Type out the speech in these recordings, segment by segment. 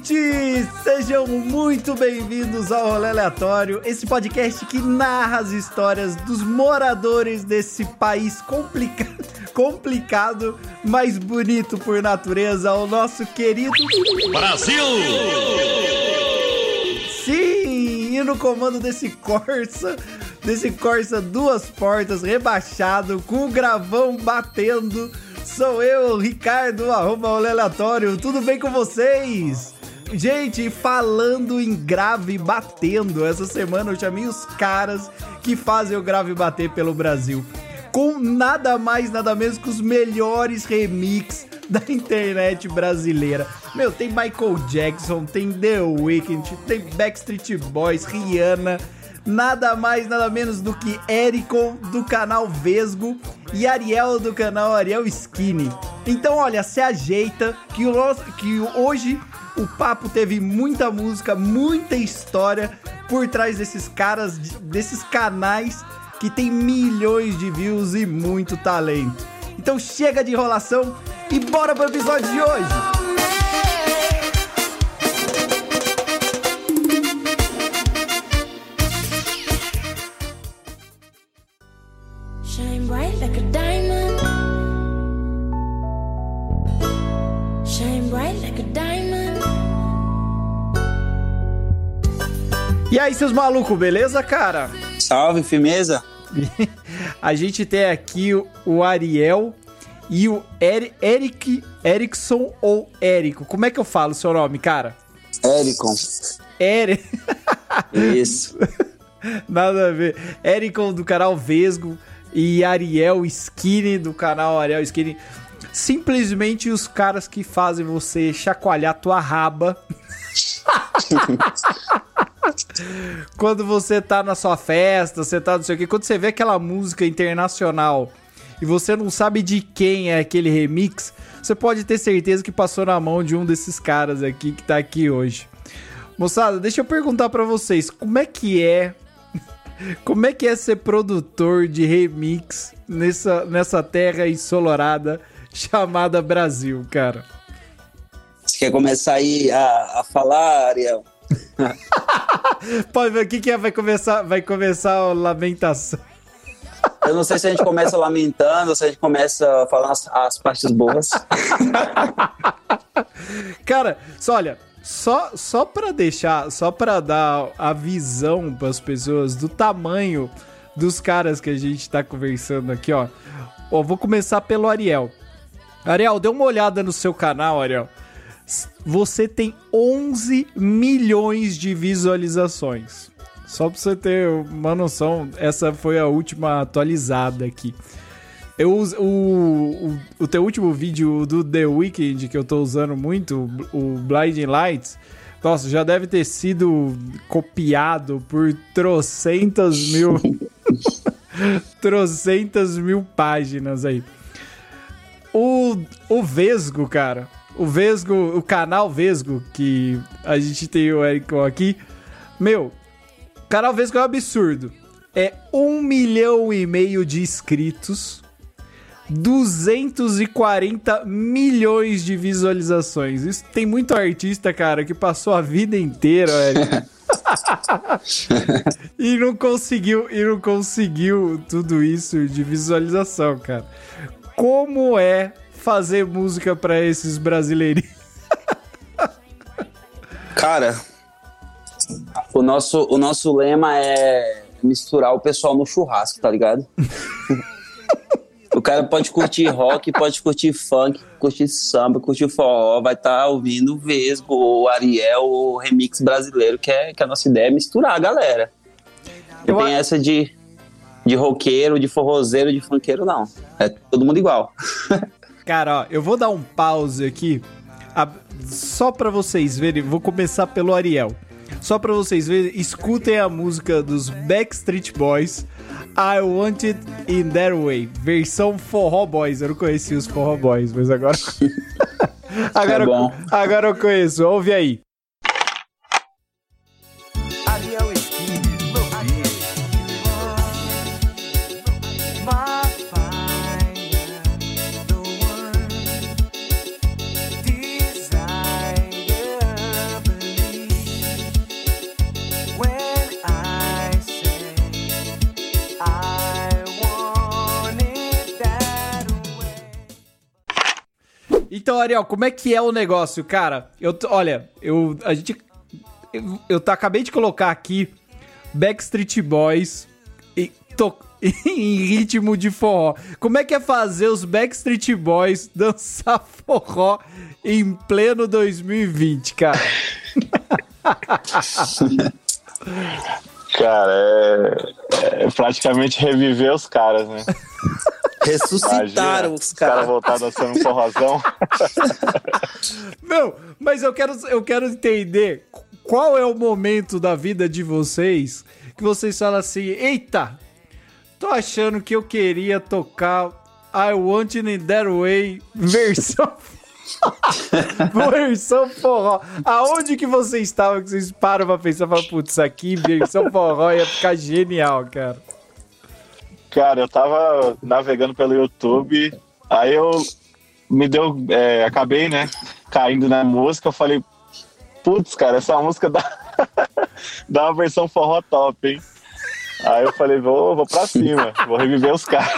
ouvintes! Sejam muito bem-vindos ao Rolê Aleatório, esse podcast que narra as histórias dos moradores desse país complicado, mas bonito por natureza, o nosso querido Brasil! Sim, e no comando desse Corsa duas portas, rebaixado, com o gravão batendo, sou eu, Ricardo, @Rolê Aleatório. Tudo bem com vocês? Gente, falando em grave batendo, essa semana eu chamei os caras que fazem o grave bater pelo Brasil, com nada mais, nada menos que os melhores remix da internet brasileira. Meu, tem Michael Jackson, tem The Weeknd, tem Backstreet Boys, Rihanna, nada mais, nada menos do que Ericon, do canal Vesgo, e Ariel, do canal Ariel Skinny. Então, olha, se ajeita, que hoje o papo teve muita música, muita história por trás desses caras, desses canais que tem milhões de views e muito talento. Então chega de enrolação e bora pro episódio de hoje! Shine bright like a diamond. Shine bright like a diamond. E aí, seus malucos, beleza, cara? Salve, firmeza. A gente tem aqui o Ariel e o Ericson ou Érico. Como é que eu falo o seu nome, cara? Ericon. Isso. Nada a ver. Ericon, do canal Vesgo, e Ariel Skinny, do canal Ariel Skinny. Simplesmente os caras que fazem você chacoalhar tua raba quando você tá na sua festa, você tá não sei o que. Quando você vê aquela música internacional e você não sabe de quem é aquele remix, você pode ter certeza que passou na mão de um desses caras aqui que tá aqui hoje. Moçada, deixa eu perguntar pra vocês, como é que é ser produtor de remix nessa terra ensolarada chamada Brasil, cara? Você quer começar aí a falar, Ariel? Pode ver, o que é? Vai começar a lamentação. Eu não sei se a gente começa lamentando ou se a gente começa falando as partes boas. Cara, olha, só pra dar a visão pras pessoas do tamanho dos caras que a gente tá conversando aqui, ó. Ó, vou começar pelo Ariel. Ariel, dê uma olhada no seu canal, Ariel. Você tem 11 milhões de visualizações. Só pra você ter uma noção, essa foi a última atualizada aqui. O teu último vídeo do The Weeknd, que eu tô usando muito, o Blinding Lights, nossa, já deve ter sido copiado por trocentas mil páginas aí. O Vesgo, cara, o canal Vesgo, que a gente tem o Ericon aqui, meu, o canal Vesgo é um absurdo. É 1,5 milhão de inscritos, 240 milhões de visualizações. Isso tem muito artista, cara, que passou a vida inteira, Eric, e não conseguiu tudo isso de visualização, cara. Como é fazer música pra esses brasileirinhos? Cara, o nosso lema é misturar o pessoal no churrasco, tá ligado? O cara pode curtir rock, pode curtir funk, curtir samba, curtir forró, vai estar ouvindo o Vesgo, o Ariel, o remix brasileiro, que a nossa ideia é misturar a galera. Não tem essa de roqueiro, de forrozeiro, de funkeiro, não. É todo mundo igual. Cara, ó, eu vou dar um pause aqui, só pra vocês verem, vou começar pelo Ariel. Só pra vocês verem, escutem a música dos Backstreet Boys, I Want It In That Way, versão Forró Boys. Eu não conhecia os Forró Boys, mas agora agora eu conheço. Ouve aí. Ariel Skinny, no beat. My fire, the one desire Então, Ariel, como é que é o negócio, cara? Acabei de colocar aqui Backstreet Boys em ritmo de forró. Como é que é fazer os Backstreet Boys dançar forró em pleno 2020, cara? Cara, é praticamente reviver os caras, né? Ressuscitaram os caras. Os caras voltaram dançando um forrozão. Não, mas eu quero entender qual é o momento da vida de vocês que vocês falam assim, eita, tô achando que eu queria tocar I Want It In That Way versão forró. Aonde que vocês estavam que vocês param pra pensar, falam, putz, isso aqui, versão forró ia ficar genial, cara? Cara, eu tava navegando pelo YouTube, aí acabei, né, caindo na música, eu falei, putz, cara, essa música dá uma versão forró top, hein? Aí eu falei, vou pra cima, vou reviver os caras.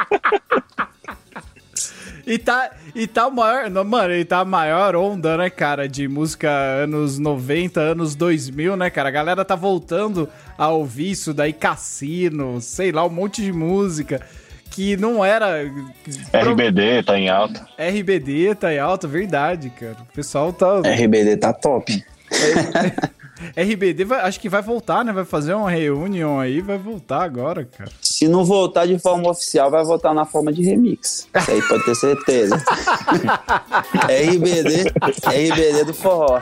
E tá a maior onda, né, cara, de música anos 90, anos 2000, né, cara? A galera tá voltando a ouvir isso daí, Cassino, sei lá, um monte de música que não era... RBD tá em alta. RBD tá em alta, verdade, cara. O pessoal tá... RBD tá top. RBD acho que vai voltar, né? Vai fazer uma reunião aí, vai voltar agora, cara. Se não voltar de forma oficial, vai voltar na forma de remix. Isso aí pode ter certeza. RBD do forró.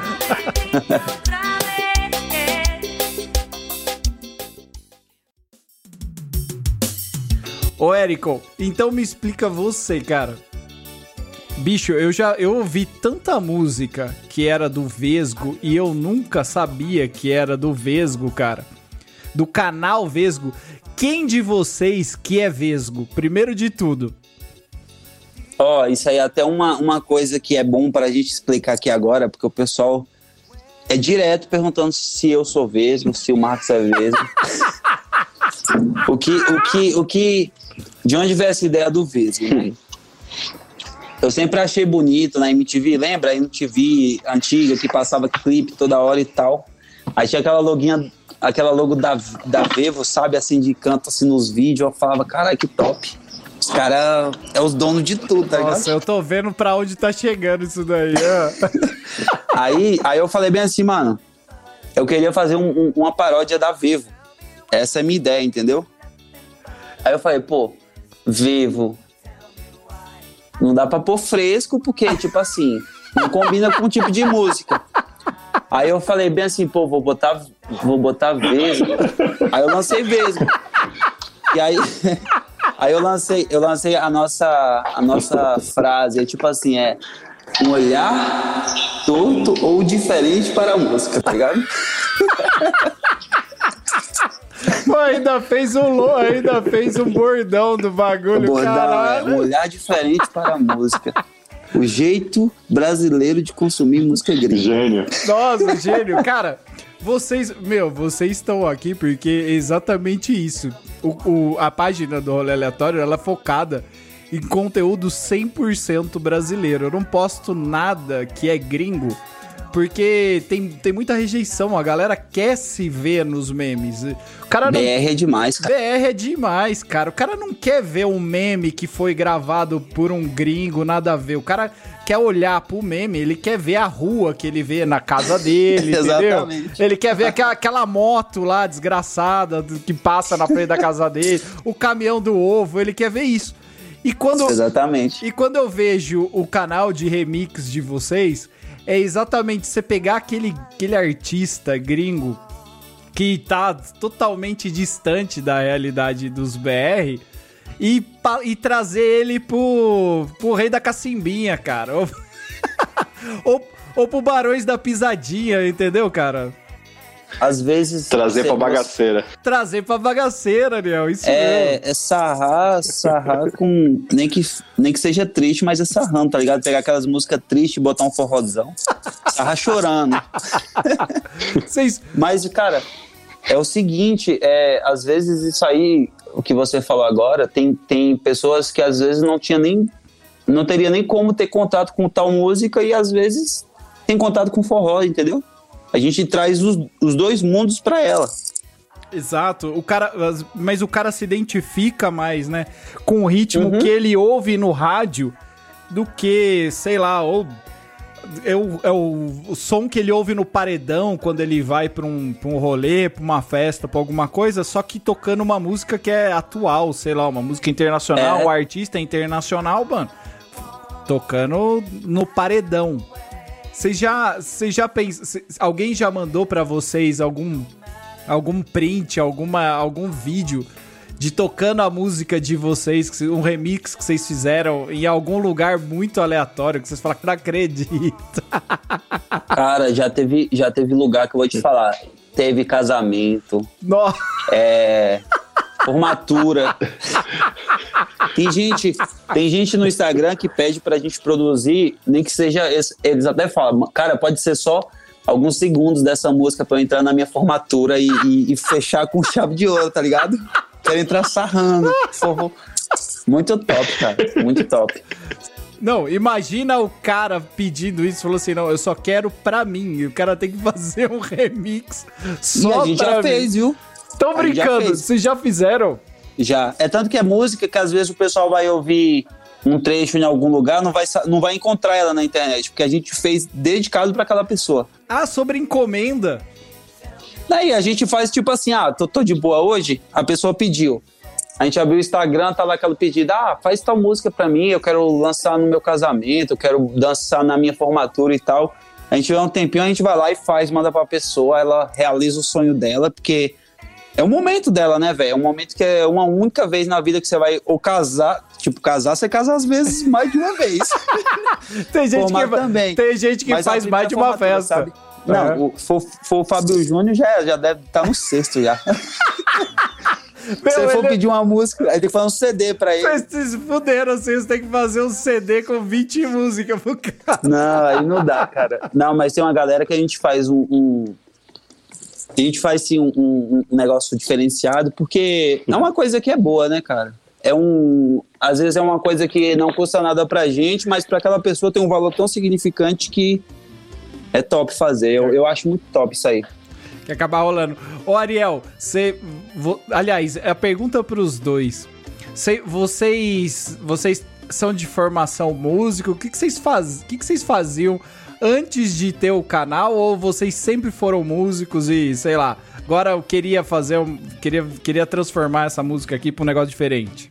Ô, Érico, então me explica você, cara. Bicho, eu ouvi tanta música que era do Vesgo e eu nunca sabia que era do Vesgo, cara. Do canal Vesgo. Quem de vocês que é Vesgo? Primeiro de tudo. Isso aí é até uma coisa que é bom pra gente explicar aqui agora, porque o pessoal é direto perguntando se eu sou Vesgo, se o Marcos é Vesgo. De onde veio essa ideia do Vesgo, né? Eu sempre achei bonito na MTV, lembra? A MTV antiga que passava clipe toda hora e tal. Aí tinha aquela logo da Vevo, sabe? Assim, de canto assim nos vídeos. Eu falava, caralho, que top. Os caras é os donos de tudo, tá ligado? Nossa, eu tô vendo pra onde tá chegando isso daí. Aí eu falei bem assim, mano, eu queria fazer uma paródia da Vevo. Essa é a minha ideia, entendeu? Aí eu falei, pô, Vevo... Não dá pra pôr fresco, porque, tipo assim, não combina com o tipo de música. Aí eu falei bem assim, pô, vou botar Vesgo. Aí eu lancei Vesgo. E aí eu lancei a nossa frase, tipo assim, um olhar torto ou diferente para a música, tá ligado? Pô, ainda fez um bordão do bagulho, caralho. Um olhar diferente para a música. O jeito brasileiro de consumir música gringa. Gênio. Nossa, gênio. Cara, vocês estão aqui porque é exatamente isso. A página do Rolê Aleatório, ela é focada em conteúdo 100% brasileiro. Eu não posto nada que é gringo, porque tem muita rejeição, a galera quer se ver nos memes. BR é demais, cara. BR é demais, cara. O cara não quer ver um meme que foi gravado por um gringo, nada a ver. O cara quer olhar pro meme, ele quer ver a rua que ele vê na casa dele, entendeu? Exatamente. Ele quer ver aquela moto lá, desgraçada, que passa na frente da casa dele, o caminhão do ovo, ele quer ver isso. Exatamente. E quando eu vejo o canal de remix de vocês... É exatamente você pegar aquele artista gringo que tá totalmente distante da realidade dos BR e trazer ele pro Rei da Cacimbinha, cara. Ou pro Barões da Pisadinha, entendeu, cara? Às vezes... Trazer pra bagaceira. Trazer pra bagaceira, Ariel, isso mesmo. É sarrar com... Nem que seja triste, mas é sarrando, tá ligado? Pegar aquelas músicas tristes e botar um forrozão. Sarrar chorando. Mas, cara, é o seguinte, às vezes isso aí, o que você falou agora, tem pessoas que às vezes não tinha nem não teria nem como ter contato com tal música e às vezes tem contato com forró, entendeu? A gente traz os dois mundos pra ela. Exato, mas o cara se identifica mais, né, com o ritmo que ele ouve no rádio do que, sei lá, o som que ele ouve no paredão quando ele vai pra um rolê, pra uma festa, pra alguma coisa, só que tocando uma música que é atual, sei lá, uma música internacional, o artista é internacional, mano, tocando no paredão. Vocês já pensam, alguém já mandou pra vocês algum print, algum vídeo de tocando a música de vocês, um remix que vocês fizeram em algum lugar muito aleatório, que vocês falaram que não acredito? Cara, já teve lugar que eu vou te falar. Teve casamento. Nossa. Formatura. Tem gente no Instagram que pede pra gente produzir, nem que seja... Eles até falam, cara, pode ser só alguns segundos dessa música pra eu entrar na minha formatura e fechar com chave de ouro, tá ligado? Quero entrar sarrando. Muito top, cara. Muito top. Não, imagina o cara pedindo isso, falou assim, não, eu só quero pra mim. E o cara tem que fazer um remix só pra mim. A gente já fez, viu? Tão brincando, vocês já fizeram? Já. É tanto que é música que às vezes o pessoal vai ouvir um trecho em algum lugar, não vai encontrar ela na internet, porque a gente fez dedicado pra aquela pessoa. Ah, sobre encomenda. Daí a gente faz tipo assim, tô de boa hoje, a pessoa pediu. A gente abriu o Instagram, tá lá aquele pedido, faz tal música pra mim, eu quero lançar no meu casamento, eu quero dançar na minha formatura e tal. A gente tiver um tempinho, a gente vai lá e faz, manda pra pessoa, ela realiza o sonho dela, porque é o momento dela, né, velho? É um momento que é uma única vez na vida que você vai ou casar, você casa às vezes mais de uma vez. Tem gente que faz mais de uma festa. Sabe? Não, for o Fábio Júnior já deve estar no sexto já. Se for pedir uma música, aí tem que fazer um CD pra ele. Vocês se fuderam, vocês têm que fazer um CD com 20 músicas pro cara. Não, aí não dá, cara. Não, mas tem uma galera que a gente faz a gente faz sim um negócio diferenciado, porque é uma coisa que é boa, né, cara? Às vezes é uma coisa que não custa nada pra gente, mas pra aquela pessoa tem um valor tão significante que é top fazer. Eu acho muito top isso aí. Que acabar rolando. Ô, Ariel, aliás, a pergunta pros dois. Vocês são de formação músico? O que vocês faziam antes de ter o canal? Ou vocês sempre foram músicos e, sei lá, agora eu queria queria transformar essa música aqui pra um negócio diferente?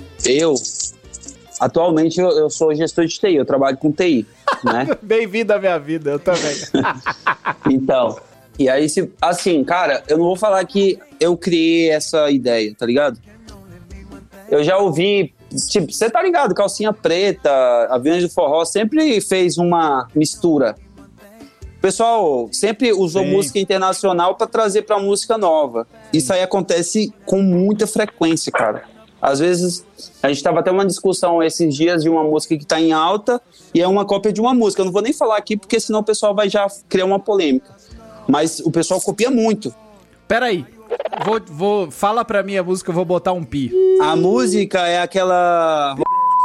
Atualmente eu sou gestor de TI, eu trabalho com TI, né? Bem-vindo à minha vida, eu também. Então, e aí, assim, cara, eu não vou falar que eu criei essa ideia, tá ligado? Eu já ouvi, tipo, você tá ligado, Calcinha Preta, Aviões de Forró, sempre fez uma mistura. O pessoal sempre usou música internacional pra trazer pra música nova. Isso aí acontece com muita frequência, cara. Às vezes, a gente tava até uma discussão esses dias de uma música que tá em alta e é uma cópia de uma música. Eu não vou nem falar aqui, porque senão o pessoal vai já criar uma polêmica. Mas o pessoal copia muito. Peraí, fala pra mim a música, eu vou botar um pi. A música é aquela...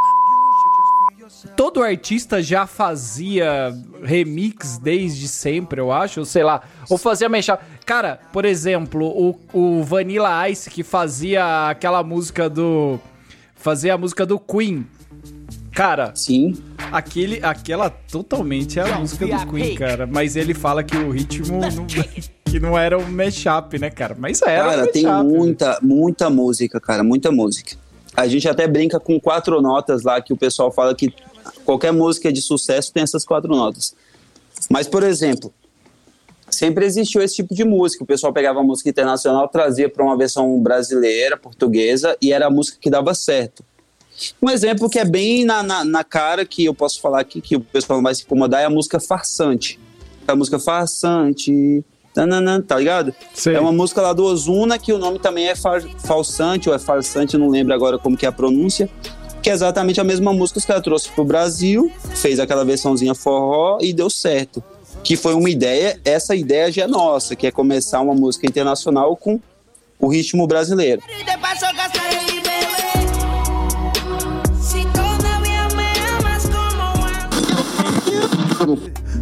Todo artista já fazia remix desde sempre, eu acho, sei lá. Ou fazia mashup. Cara, por exemplo, o Vanilla Ice que fazia aquela música fazia a música do Queen. Cara, sim. Aquela totalmente é a música do Queen, cara. Mas ele fala que o ritmo que não era um mashup, né, cara? Mas era. Cara, tem muita música, cara, muita música. A gente até brinca com 4 notas lá, que o pessoal fala que qualquer música de sucesso tem essas 4 notas. Mas, por exemplo, sempre existiu esse tipo de música. O pessoal pegava a música internacional, trazia para uma versão brasileira, portuguesa, e era a música que dava certo. Um exemplo que é bem na cara, que eu posso falar aqui, que o pessoal não vai se incomodar, é a música Farsante. A música Farsante, tá ligado? Sim. É uma música lá do Ozuna, que o nome também é Falsante, ou é Farsante, não lembro agora como que é a pronúncia, que é exatamente a mesma música que os caras trouxeram pro Brasil, fez aquela versãozinha forró e deu certo. Que foi uma ideia, essa ideia já é nossa, que é começar uma música internacional com o ritmo brasileiro.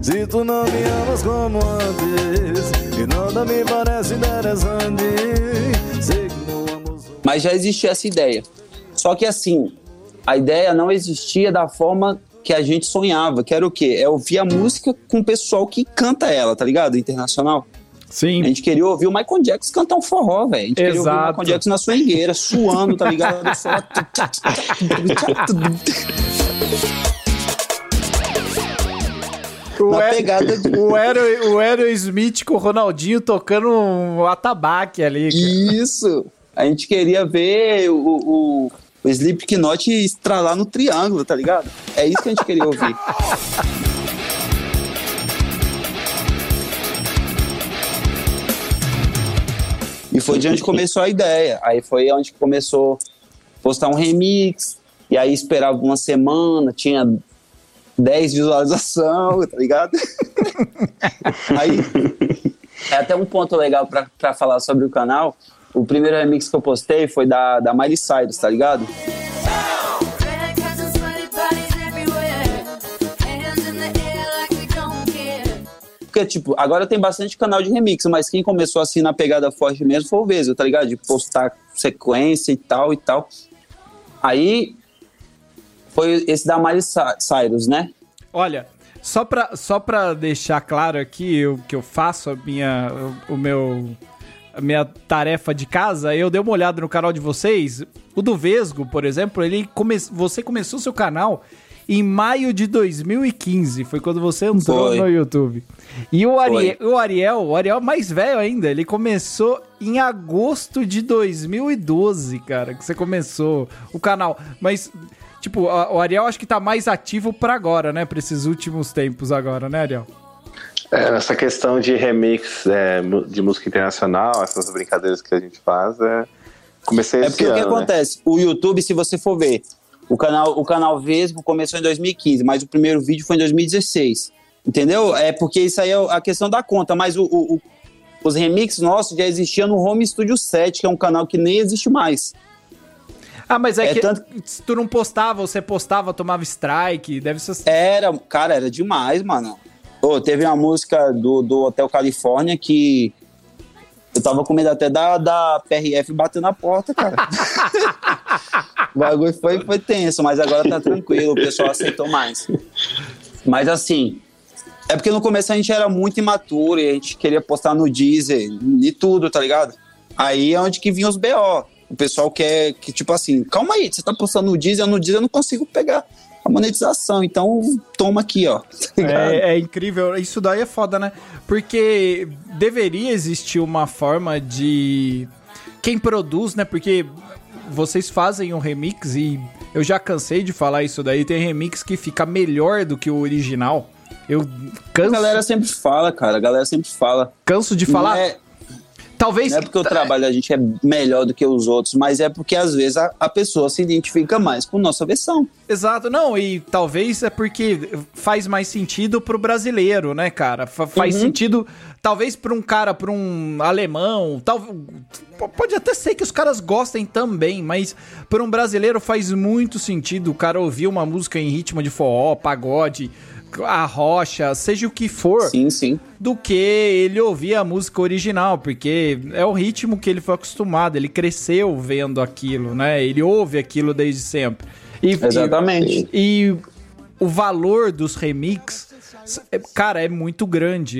Se tu não me amas como antes, e nada me parece interessante. Sei que meu amor... Mas já existia essa ideia. Só que assim, a ideia não existia da forma que a gente sonhava, que era o quê? É ouvir a música com o pessoal que canta ela, tá ligado? Internacional. Sim. A gente queria ouvir o Michael Jackson cantar um forró, velho. A gente queria ouvir o Michael Jackson na swingueira, suando, tá ligado? O Aerosmith com o Ronaldinho tocando um atabaque ali. Cara. Isso! A gente queria ver o Slipknot estralar no triângulo, tá ligado? É isso que a gente queria ouvir. E foi de onde começou a ideia. Aí foi onde começou a postar um remix. E aí esperava uma semana, tinha 10 visualizações, tá ligado? Aí, é até um ponto legal pra falar sobre o canal. O primeiro remix que eu postei foi da Miley Cyrus, tá ligado? Porque, tipo, agora tem bastante canal de remix, mas quem começou assim na pegada forte mesmo foi o Vesgo, tá ligado? De postar sequência e tal e tal. Aí, foi esse da Miley Cyrus, né? Olha, só pra deixar claro aqui o que eu faço, a minha tarefa de casa, eu dei uma olhada no canal de vocês. O do Vesgo, por exemplo, você começou seu canal em maio de 2015. Foi quando você entrou no YouTube. E o Ariel mais velho ainda, ele começou em agosto de 2012, cara, que você começou o canal. Mas, tipo, o Ariel acho que tá mais ativo pra agora, né? Pra esses últimos tempos agora, né, Ariel? Essa questão de remix de música internacional, essas brincadeiras que a gente faz, comecei esse ano. O que acontece? O YouTube, se você for ver, o canal Vesgo começou em 2015, mas o primeiro vídeo foi em 2016. Entendeu? É porque isso aí é a questão da conta, mas os remixes nossos já existiam no Home Studio 7, que é um canal que nem existe mais. Ah, mas que se tu não postava, você postava, tomava strike, deve ser... Era demais, mano. Pô, teve uma música do Hotel Califórnia que eu tava com medo até da PRF bater na porta, cara. O bagulho foi tenso, mas agora tá tranquilo, o pessoal aceitou mais. Mas assim, é porque no começo a gente era muito imaturo e a gente queria postar no Deezer e tudo, tá ligado? Aí é onde que vinha os BO. O pessoal quer que, tipo assim, calma aí, você tá postando no Deezer eu não consigo pegar a monetização, então toma aqui, ó. Tá é incrível, isso daí é foda, né? Porque deveria existir uma forma de quem produz, né? Porque vocês fazem um remix e eu já cansei de falar isso daí, tem remix que fica melhor do que o original. Eu canso... A galera sempre fala, cara, Canso de falar... Talvez... Não é porque o trabalho da gente é melhor do que os outros, mas é porque às vezes a pessoa se identifica mais com nossa versão. Exato, não, e talvez é porque faz mais sentido pro brasileiro, né, cara? Faz sentido, talvez pra um cara, pra um alemão, pode até ser que os caras gostem também, mas pra um brasileiro faz muito sentido o cara ouvir uma música em ritmo de forró, pagode, a rocha, seja o que for, sim, do que ele ouvir a música original, porque é o ritmo que ele foi acostumado, ele cresceu vendo aquilo, né? Ele ouve aquilo desde sempre. Exatamente. E o valor dos remix, cara, é muito grande.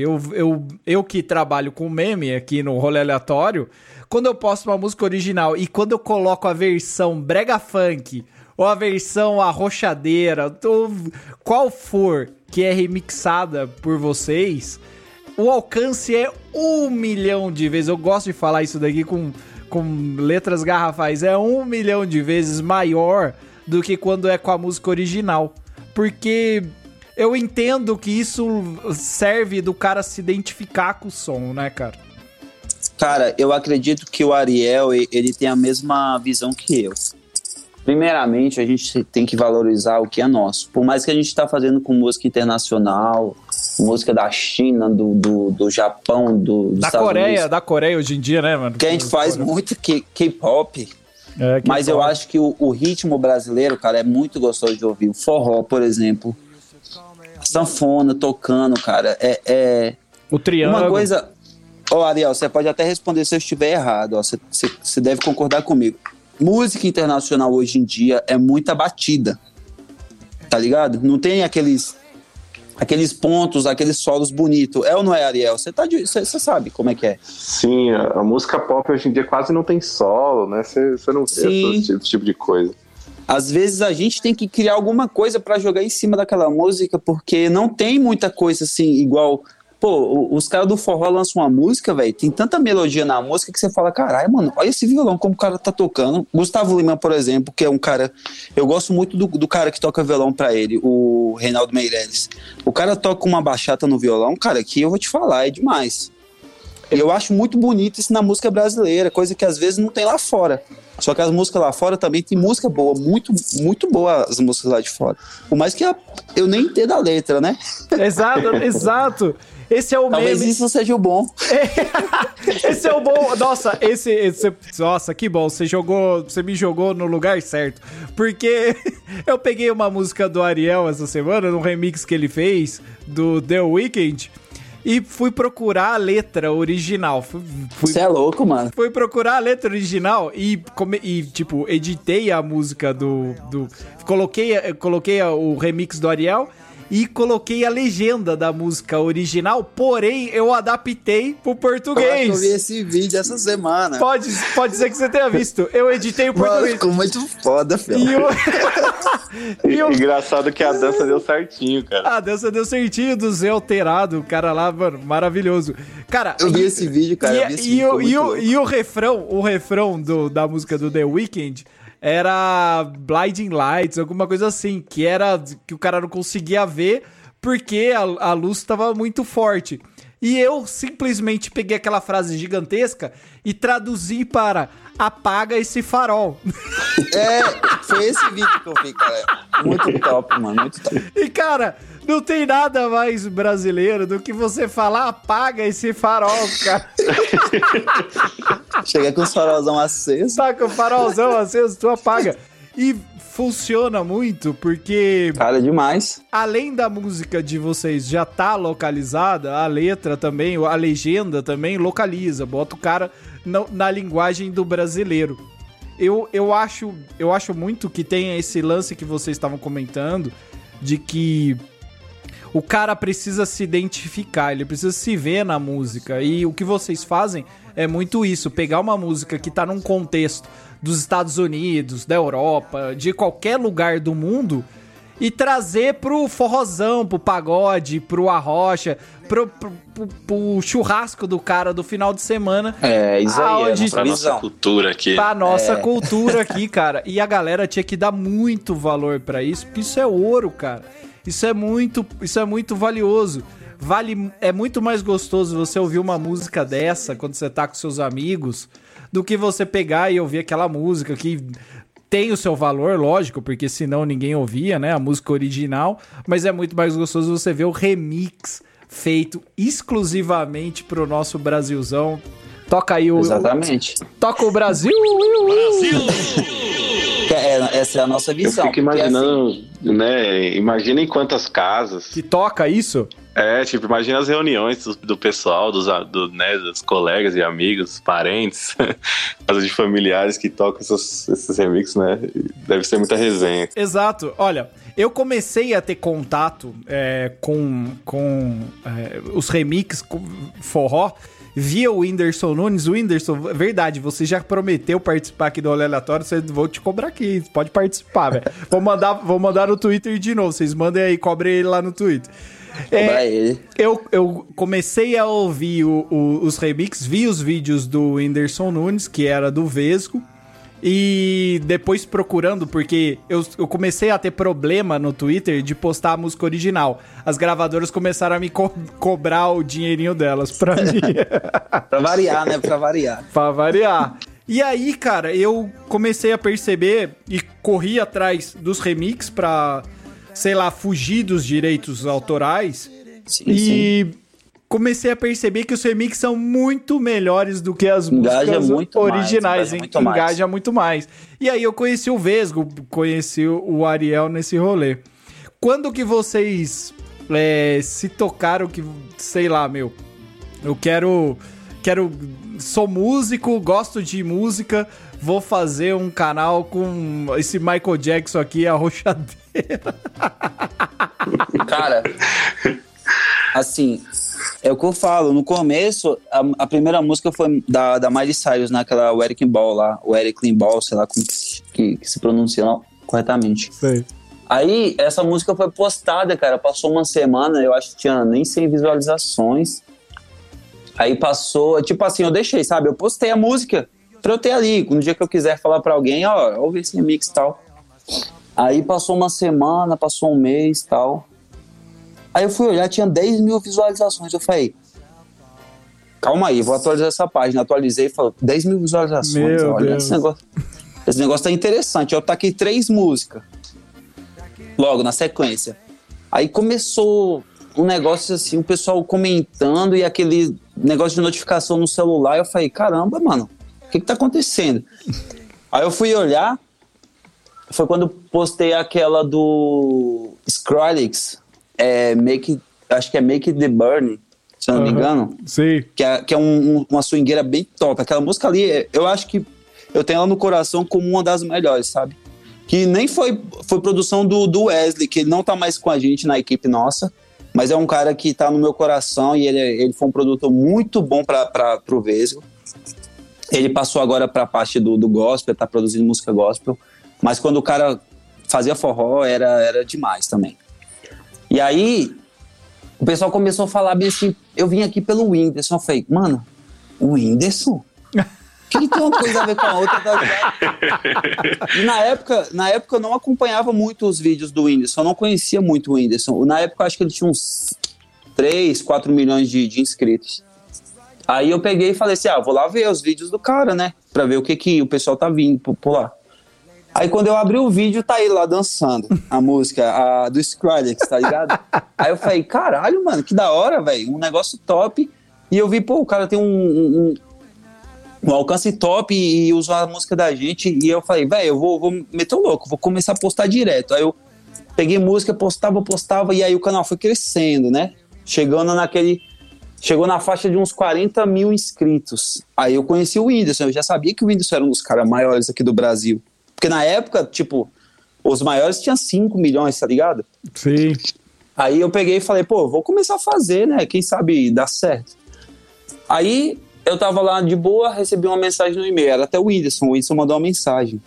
Eu que trabalho com meme aqui no Rolê Aleatório, quando eu posto uma música original e quando eu coloco a versão brega funk ou a versão arrochadeira, qual for que é remixada por vocês, o alcance é 1 milhão de vezes. Eu gosto de falar isso daqui com letras garrafais. É 1 milhão de vezes maior do que quando é com a música original. Porque eu entendo que isso serve do cara se identificar com o som, né, cara? Cara, eu acredito que o Ariel, ele tem a mesma visão que eu. Primeiramente, a gente tem que valorizar o que é nosso. Por mais que a gente tá fazendo com música internacional, música da China, do Japão, dos Estados Unidos. Da Coreia hoje em dia, né, mano? Que a gente faz muito K-pop. Mas eu acho que o ritmo brasileiro, cara, é muito gostoso de ouvir. O forró, por exemplo. sanfona tocando, cara. O triângulo. Uma coisa... Ó, Ariel, você pode até responder se eu estiver errado, ó. Você deve concordar comigo. Música internacional hoje em dia é muita batida, tá ligado? Não tem aqueles pontos, aqueles solos bonitos. É ou não é, Ariel? Você sabe como é que é. Sim, a música pop hoje em dia quase não tem solo, né? Você não vê esse tipo de coisa. Às vezes a gente tem que criar alguma coisa pra jogar em cima daquela música, porque não tem muita coisa assim, igual... Pô, os caras do forró lançam uma música, velho, tem tanta melodia na música que você fala, caralho, mano, olha esse violão, como o cara tá tocando. Gustavo Lima, por exemplo, que é um cara... Eu gosto muito do cara que toca violão pra ele, o Reinaldo Meirelles. O cara toca uma bachata no violão, cara, que eu vou te falar, é demais. E eu acho muito bonito isso na música brasileira, coisa que às vezes não tem lá fora. Só que as músicas lá fora também tem música boa, muito, muito boa as músicas lá de fora. Por mais que eu nem entenda a letra, né? Exato. Esse é o Talvez meme. isso seja o bom. Esse é o bom. Nossa, nossa, que bom. Você me jogou no lugar certo. Porque eu peguei uma música do Ariel essa semana, num remix que ele fez do The Weeknd, e fui procurar a letra original. Você é louco, mano. Fui procurar a letra original e tipo, editei a música coloquei o remix do Ariel e coloquei a legenda da música original, porém eu adaptei pro português. Eu vi esse vídeo essa semana. Pode ser que você tenha visto. Eu editei o português. Mano, ficou muito foda, filho. Engraçado que a dança deu certinho, cara. A dança deu certinho do Zé alterado, o cara lá, mano, maravilhoso. Cara, eu vi esse vídeo, cara. E o refrão da música do The Weeknd era Blinding Lights, alguma coisa assim, que o cara não conseguia ver porque a luz estava muito forte. E eu simplesmente peguei aquela frase gigantesca e traduzi para apaga esse farol. Foi esse vídeo que eu vi, cara. Muito top, mano, muito top. E, cara, não tem nada mais brasileiro do que você falar apaga esse farol, cara. Chega com os farolzão aceso. Tá com o farolzão aceso, tu apaga. E funciona muito porque... Cara, demais. Além da música de vocês já tá localizada, a letra também, a legenda também localiza, bota o cara na linguagem do brasileiro. Eu acho muito que tem esse lance que vocês estavam comentando, de que o cara precisa se identificar, ele precisa se ver na música. E o que vocês fazem é muito isso, pegar uma música que tá num contexto dos Estados Unidos, da Europa, de qualquer lugar do mundo, e trazer pro forrozão, pro pagode, pro arrocha, pro churrasco do cara do final de semana. Isso aí, pra nossa cultura aqui. Pra nossa cultura aqui, cara. E a galera tinha que dar muito valor pra isso, porque isso é ouro, cara. Isso é muito valioso. É muito mais gostoso você ouvir uma música dessa quando você tá com seus amigos do que você pegar e ouvir aquela música que tem o seu valor, lógico, porque senão ninguém ouvia, né, a música original, mas é muito mais gostoso você ver o remix feito exclusivamente pro nosso Brasilzão. Toca aí o... Exatamente. Toca o Brasil! Essa é a nossa visão. Eu fico imaginando, assim, né, imaginem quantas casas... Que toca isso? Tipo, imagina as reuniões do pessoal, dos colegas e amigos, parentes, casa de familiares que tocam esses remixes, né? Deve ser muita resenha. Exato. Olha, eu comecei a ter contato com os remixes forró via o Whindersson Nunes. O Whindersson, verdade, você já prometeu participar aqui do Rolê Aleatório, vou te cobrar aqui, pode participar, velho. Vou mandar no Twitter de novo, vocês mandem aí, cobrem ele lá no Twitter. Eu comecei a ouvir os remixes, vi os vídeos do Whindersson Nunes, que era do Vesgo, e depois procurando, porque eu comecei a ter problema no Twitter de postar a música original. As gravadoras começaram a me cobrar o dinheirinho delas pra mim. Pra variar, né? Pra variar. E aí, cara, eu comecei a perceber e corri atrás dos remixes pra... sei lá, fugir dos direitos autorais. Sim. Comecei a perceber que os remixes são muito melhores do que as músicas originais. Engaja muito mais. E aí eu conheci o Vesgo, conheci o Ariel nesse rolê. Quando que vocês se tocaram que, sei lá, meu, eu quero, sou músico, gosto de música, vou fazer um canal com esse Michael Jackson aqui, a roxadeira. Cara, assim, é o que eu falo, no começo, a primeira música foi da Miley Cyrus, naquela Eric Ball lá, o Eric Ball, sei lá como que se pronuncia corretamente. Sei. Aí, essa música foi postada, cara, passou uma semana, eu acho que tinha nem 100 visualizações. Aí passou, tipo assim, eu deixei, sabe? Eu postei a música pra eu ter ali, no dia que eu quiser falar pra alguém, ó, ouve esse remix e tal. Aí passou uma semana, passou um mês e tal. Aí eu fui olhar, tinha 10 mil visualizações. Eu falei, calma aí, vou atualizar essa página. Atualizei e falei, 10 mil visualizações. Meu olha, Deus. Esse negócio tá interessante. Eu taquei 3 músicas. Logo, na sequência. Aí começou um negócio assim, o pessoal comentando e aquele negócio de notificação no celular. Eu falei, caramba, mano, o que tá acontecendo? Aí eu fui olhar, foi quando postei aquela do Skrillex, acho que é Make It The Burn, se eu não me engano. Sim. Que é uma swingueira bem top. Aquela música ali, eu acho que eu tenho ela no coração como uma das melhores, sabe? Que nem foi produção do Wesley, que ele não tá mais com a gente na equipe nossa, mas é um cara que tá no meu coração e ele foi um produtor muito bom pro Vesgo. Ele passou agora pra parte do gospel, tá produzindo música gospel, mas quando o cara fazia forró, era demais também. E aí, o pessoal começou a falar bem assim, eu vim aqui pelo Whindersson, eu falei, mano, o Whindersson? Que tem uma coisa a ver com a outra, tá ligado? E na época eu não acompanhava muito os vídeos do Whindersson, eu não conhecia muito o Whindersson. Na época eu acho que ele tinha uns 3, 4 milhões de inscritos. Aí eu peguei e falei assim, vou lá ver os vídeos do cara, né? Pra ver o que o pessoal tá vindo por lá. Aí quando eu abri o vídeo, tá ele lá dançando a música do Skrillex, tá ligado? Aí eu falei, caralho, mano, que da hora, velho, um negócio top. E eu vi, o cara tem um alcance top e usou a música da gente. E eu falei, velho, eu vou meter o louco, vou começar a postar direto. Aí eu peguei música, postava, e aí o canal foi crescendo, né? Chegou na faixa de uns 40 mil inscritos. Aí eu conheci o Whindersson, eu já sabia que o Whindersson era um dos caras maiores aqui do Brasil. Porque na época, tipo, os maiores tinham 5 milhões, tá ligado? Sim. Aí eu peguei e falei, vou começar a fazer, né? Quem sabe dá certo. Aí eu tava lá de boa, recebi uma mensagem no e-mail, era até o Whindersson mandou uma mensagem.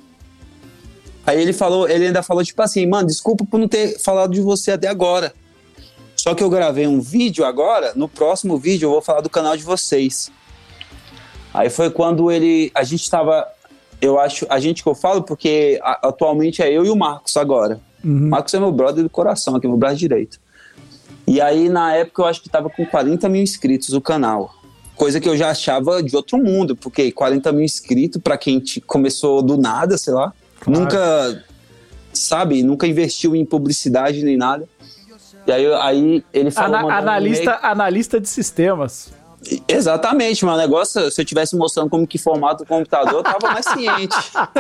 Aí ele ainda falou, tipo assim, mano, desculpa por não ter falado de você até agora. Só que eu gravei um vídeo agora, no próximo vídeo eu vou falar do canal de vocês. Aí foi quando a gente tava, eu acho, a gente que eu falo, porque atualmente é eu e o Marcos agora. Uhum. Marcos é meu brother do coração, aqui no braço direito. E aí na época eu acho que tava com 40 mil inscritos o canal. Coisa que eu já achava de outro mundo, porque 40 mil inscritos pra quem começou do nada, sei lá. Claro. Nunca investiu em publicidade nem nada. E aí ele falou... Analista de sistemas. Exatamente, mas o negócio, se eu estivesse mostrando como que formata o computador, eu tava mais ciente.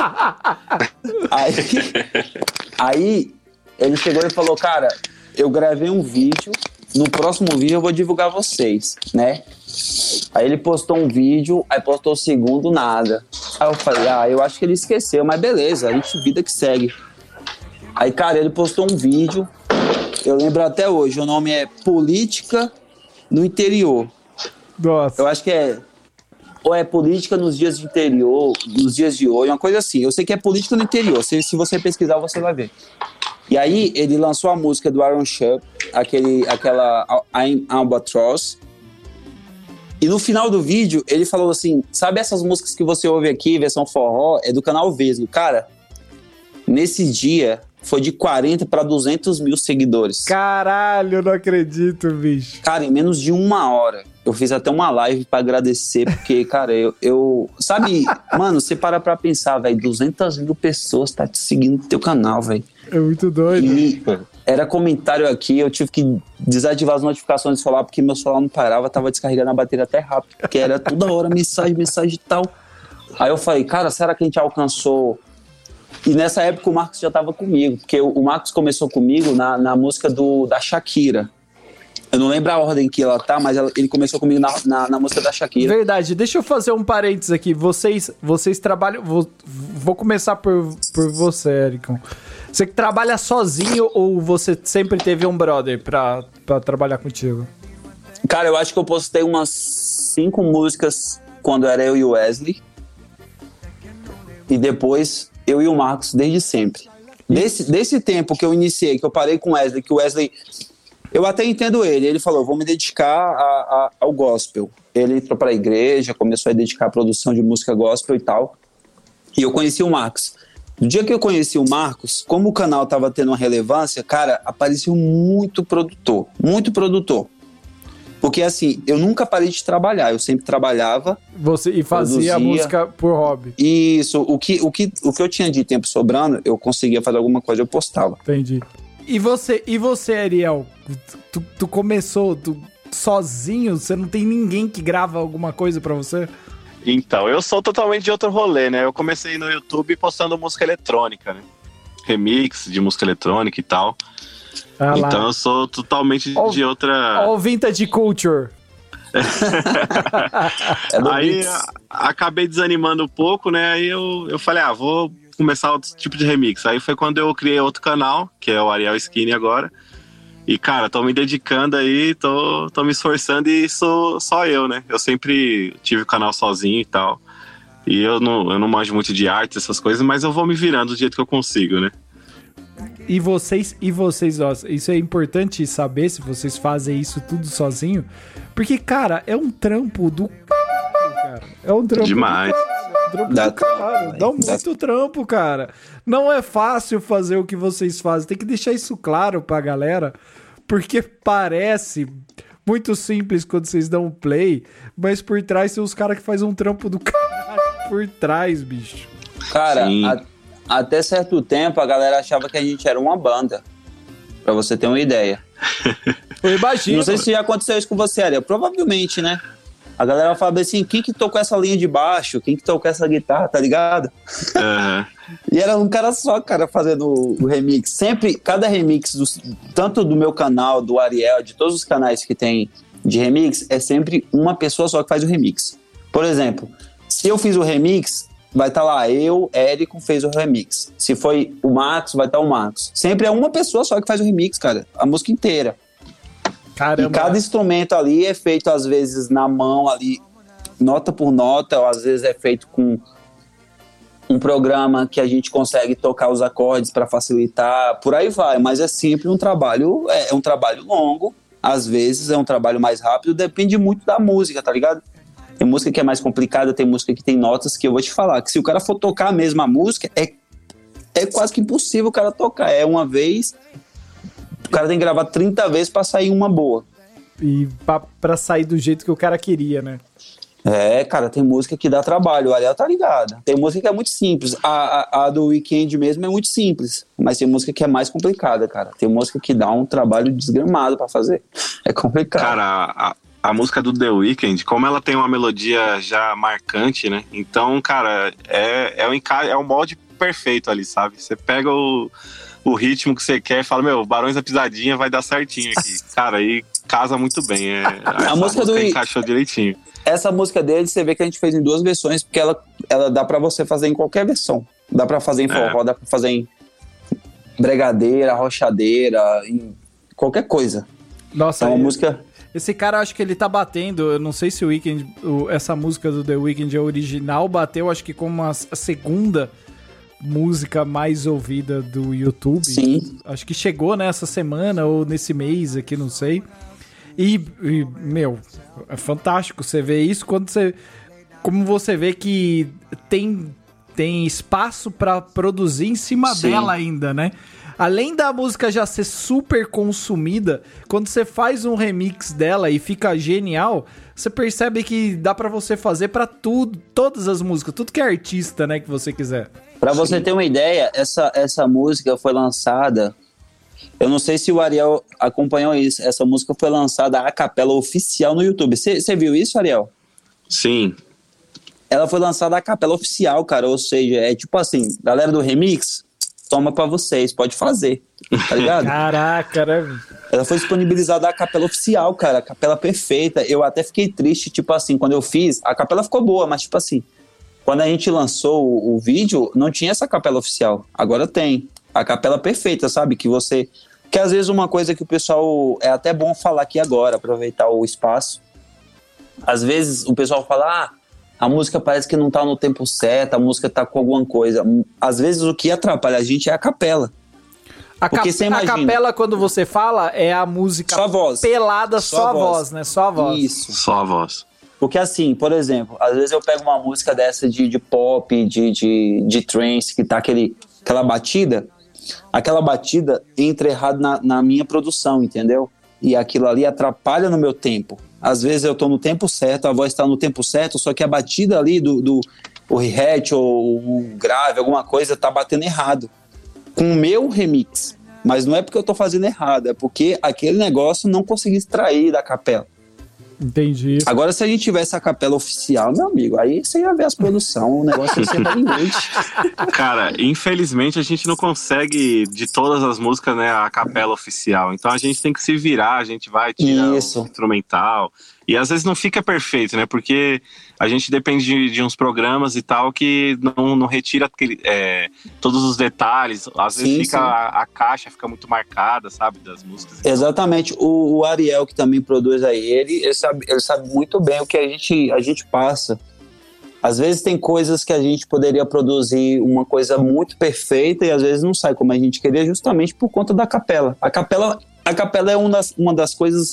Aí ele chegou e falou, cara, eu gravei um vídeo, no próximo vídeo eu vou divulgar vocês, né? Aí ele postou um vídeo, aí postou o segundo, nada. Aí eu falei, eu acho que ele esqueceu, mas beleza, a gente vida que segue. Aí, cara, ele postou um vídeo, eu lembro até hoje, o nome é Política no Interior. Nossa. Eu acho que ou é política nos dias de interior, nos dias de hoje, uma coisa assim. Eu sei que é política no interior, se você pesquisar você vai ver. E aí ele lançou a música do Aaron Sharp, aquela I'm Albatross. E no final do vídeo ele falou assim, sabe essas músicas que você ouve aqui, versão forró, é do canal Vesgo. Cara, nesse dia foi de 40 para 200 mil seguidores. Caralho, eu não acredito, bicho. Cara, em menos de 1 hora. Eu fiz até uma live pra agradecer, porque, cara, eu sabe, mano, você para pra pensar, velho, 200 mil pessoas tá te seguindo no teu canal, velho. É muito doido. E era comentário aqui, eu tive que desativar as notificações do celular, porque meu celular não parava, tava descarregando a bateria até rápido, porque era toda hora mensagem e tal. Aí eu falei, cara, será que a gente alcançou... E nessa época o Marcos já tava comigo, porque o Marcos começou comigo na música da Shakira. Eu não lembro a ordem que ela tá, mas ele começou comigo na música da Shakira. Verdade, deixa eu fazer um parênteses aqui. Vocês trabalham... Vou começar por você, Ericon. Você que trabalha sozinho ou você sempre teve um brother pra trabalhar contigo? Cara, eu acho que eu postei umas 5 músicas quando era eu e o Wesley. E depois eu e o Marcos desde sempre. Desse tempo que eu iniciei, que eu parei com o Wesley, que o Wesley... Eu até entendo ele. Ele falou, vou me dedicar ao gospel. Ele entrou pra igreja, começou a dedicar a produção de música gospel e tal. E eu conheci o Marcos. No dia que eu conheci o Marcos, como o canal tava tendo uma relevância, cara, apareceu muito produtor. Muito produtor. Porque assim, eu nunca parei de trabalhar. Eu sempre trabalhava. E fazia a música por hobby. Isso. O que eu tinha de tempo sobrando, eu conseguia fazer alguma coisa, eu postava. Entendi. E você, Ariel? Tu começou sozinho? Você não tem ninguém que grava alguma coisa pra você? Então, eu sou totalmente de outro rolê, né? Eu comecei no YouTube postando música eletrônica, né? Remix de música eletrônica e tal. Então eu sou totalmente de outra... Ó o Vintage Culture. Aí acabei desanimando um pouco, né? Aí eu falei, vou começar outro tipo de remix. Aí foi quando eu criei outro canal, que é o Ariel Skinny agora. E, cara, tô me dedicando aí, tô me esforçando e sou só eu, né? Eu sempre tive o canal sozinho e tal. E eu não manjo muito de arte, essas coisas, mas eu vou me virando do jeito que eu consigo, né? E vocês, ó, isso é importante saber se vocês fazem isso tudo sozinho. Porque, cara, é um trampo do cara. É um trampo demais. Dá muito trampo, cara. Não é fácil fazer o que vocês fazem. Tem que deixar isso claro pra galera. Porque parece muito simples quando vocês dão um play, mas por trás tem os caras que fazem um trampo do caralho por trás, bicho. Cara, até certo tempo a galera achava que a gente era uma banda. Pra você ter uma ideia. Eu imagino. Não sei se já aconteceu isso com você, Ariel. Provavelmente, né? A galera fala assim, quem que tocou essa linha de baixo? Quem que tocou essa guitarra, tá ligado? Uhum. E era um cara só, cara, fazendo o remix. Sempre, cada remix, tanto do meu canal, do Ariel, de todos os canais que tem de remix, é sempre uma pessoa só que faz o remix. Por exemplo, se eu fiz o remix, vai estar lá, Érico fez o remix. Se foi o Marcos, vai estar o Marcos. Sempre é uma pessoa só que faz o remix, cara. A música inteira. Caramba. E cada instrumento ali é feito, às vezes, na mão ali, nota por nota, ou às vezes é feito com um programa que a gente consegue tocar os acordes para facilitar, por aí vai. Mas é sempre um trabalho, é um trabalho longo, às vezes é um trabalho mais rápido, depende muito da música, tá ligado? Tem música que é mais complicada, tem música que tem notas que eu vou te falar, que se o cara for tocar a mesma música, é quase que impossível o cara tocar. É uma vez... O cara tem que gravar 30 vezes pra sair uma boa. E pra sair do jeito que o cara queria, né? É, cara, tem música que dá trabalho. O Ariel tá ligado. Tem música que é muito simples. A do Weeknd mesmo é muito simples. Mas tem música que é mais complicada, cara. Tem música que dá um trabalho desgramado pra fazer. É complicado. Cara, a música do The Weeknd, como ela tem uma melodia já marcante, né? Então, cara, é o molde perfeito ali, sabe? Você pega o ritmo que você quer e fala, meu, Barões da Pisadinha vai dar certinho aqui. Cara, aí casa muito bem. A música encaixou direitinho. Essa música dele, você vê que a gente fez em 2 versões, porque ela dá pra você fazer em qualquer versão. Dá pra fazer em forró, dá pra fazer em bregadeira, rochadeira, em qualquer coisa. Nossa, é uma música... Esse cara, acho que ele tá batendo, eu não sei se o Weeknd, essa música do The Weeknd é original, bateu acho que como a segunda música mais ouvida do YouTube. Sim. Acho que chegou nessa semana ou nesse mês aqui, não sei. E meu, é fantástico você ver isso como você vê que tem espaço pra produzir em cima dela ainda, né? Além da música já ser super consumida, quando você faz um remix dela e fica genial, você percebe que dá pra você fazer pra tudo, todas as músicas, tudo que é artista, né, que você quiser. Pra você ter uma ideia, essa música foi lançada... Eu não sei se o Ariel acompanhou isso. Essa música foi lançada a capela oficial no YouTube. Você viu isso, Ariel? Sim. Ela foi lançada a capela oficial, cara. Ou seja, é tipo assim, galera do remix, toma pra vocês, pode fazer, tá ligado? Caraca, né? Ela foi disponibilizada a capela oficial, cara, a capela perfeita. Eu até fiquei triste, tipo assim, quando eu fiz, a capela ficou boa, mas tipo assim, quando a gente lançou o vídeo, não tinha essa capela oficial. Agora tem. A capela perfeita, sabe? Que às vezes uma coisa que o pessoal... É até bom falar aqui agora, aproveitar o espaço. Às vezes o pessoal fala, a música parece que não tá no tempo certo, a música tá com alguma coisa. Às vezes o que atrapalha a gente é a capela. Porque você imagina, a capela, quando você fala, é a música só a voz. Pelada, só a voz, né? Só a voz. Isso. Só a voz. Porque assim, por exemplo, às vezes eu pego uma música dessa de pop, de trance, que tá aquela batida entra errado na minha produção, entendeu? E aquilo ali atrapalha no meu tempo. Às vezes eu tô no tempo certo, a voz tá no tempo certo, só que a batida ali o hi-hat ou o grave, alguma coisa, tá batendo errado. Com o meu remix. Mas não é porque eu tô fazendo errado, é porque aquele negócio não consegui extrair da capela. Entendi. Agora, se a gente tivesse a capela oficial, meu amigo, aí você ia ver as produções, o negócio ia ser realmente. Cara, infelizmente a gente não consegue de todas as músicas, né, a capela oficial. Então a gente tem que se virar, a gente vai tirar o instrumental. E às vezes não fica perfeito, né? Porque a gente depende de uns programas e tal que não retira todos os detalhes. Às vezes fica a caixa fica muito marcada, sabe? Das músicas. Exatamente. O Ariel, que também produz aí, ele sabe muito bem o que a gente passa. Às vezes tem coisas que a gente poderia produzir uma coisa muito perfeita e às vezes não sai como a gente queria, justamente por conta da capela. A capela é uma das coisas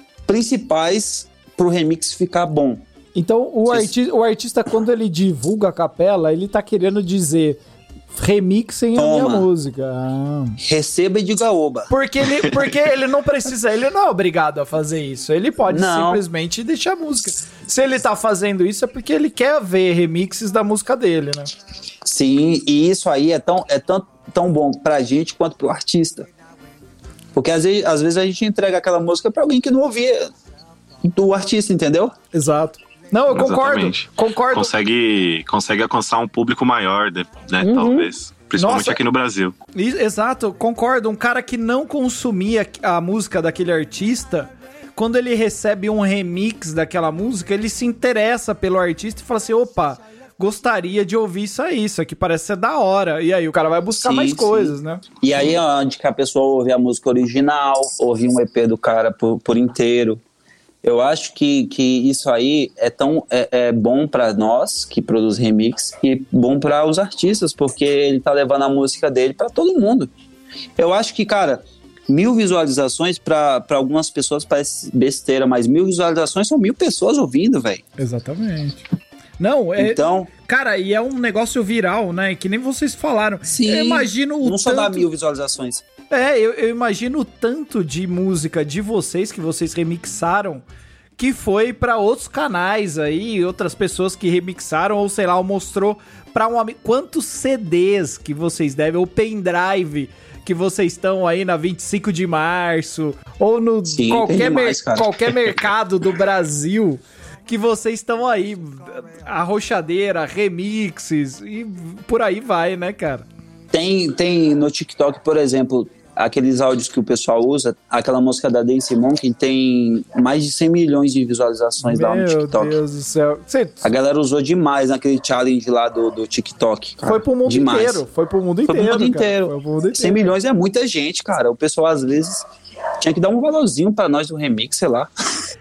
principais pro remix ficar bom. Então o artista, quando ele divulga a capela, ele tá querendo dizer remixem a minha música. Receba e diga oba. Porque ele não precisa, ele não é obrigado a fazer isso. Ele pode simplesmente deixar a música. Se ele tá fazendo isso é porque ele quer ver remixes da música dele, né? Sim, e isso aí é tão bom pra gente quanto pro artista. Porque às vezes a gente entrega aquela música pra alguém que não ouvia do artista, entendeu? Exato. Não, eu concordo. Consegue alcançar um público maior, né? Talvez. Principalmente aqui no Brasil. Exato, concordo. Um cara que não consumia a música daquele artista, quando ele recebe um remix daquela música, ele se interessa pelo artista e fala assim, opa, gostaria de ouvir isso aqui parece ser da hora. E aí o cara vai buscar mais coisas, né? E aí onde que a pessoa ouve a música original, ouve um EP do cara por inteiro. Eu acho que isso aí é bom pra nós que produz remix e bom pra os artistas, porque ele tá levando a música dele pra todo mundo. Eu acho que, cara, 1000 visualizações pra algumas pessoas parece besteira, mas 1000 visualizações são 1000 pessoas ouvindo, velho. Exatamente. Não, então... Cara, e é um negócio viral, né? Que nem vocês falaram. Sim, eu imagino o não só dá 1000 visualizações. Eu imagino o tanto de música de vocês que vocês remixaram que foi pra outros canais aí, outras pessoas que remixaram, ou sei lá, mostrou pra um amigo. Quantos CDs que vocês devem, ou pendrive que vocês estão aí na 25 de março, ou no qualquer mercado do Brasil, que vocês estão aí, arrochadeira, remixes, e por aí vai, né, cara? Tem no TikTok, por exemplo, aqueles áudios que o pessoal usa, aquela música da Dance Monkey tem mais de 100 milhões de visualizações lá no TikTok. Meu Deus do céu. A galera usou demais naquele challenge lá do TikTok. Cara. Foi pro mundo inteiro. Foi pro mundo inteiro. 100 milhões é muita gente, cara. O pessoal às vezes tinha que dar um valorzinho pra nós do remix, sei lá.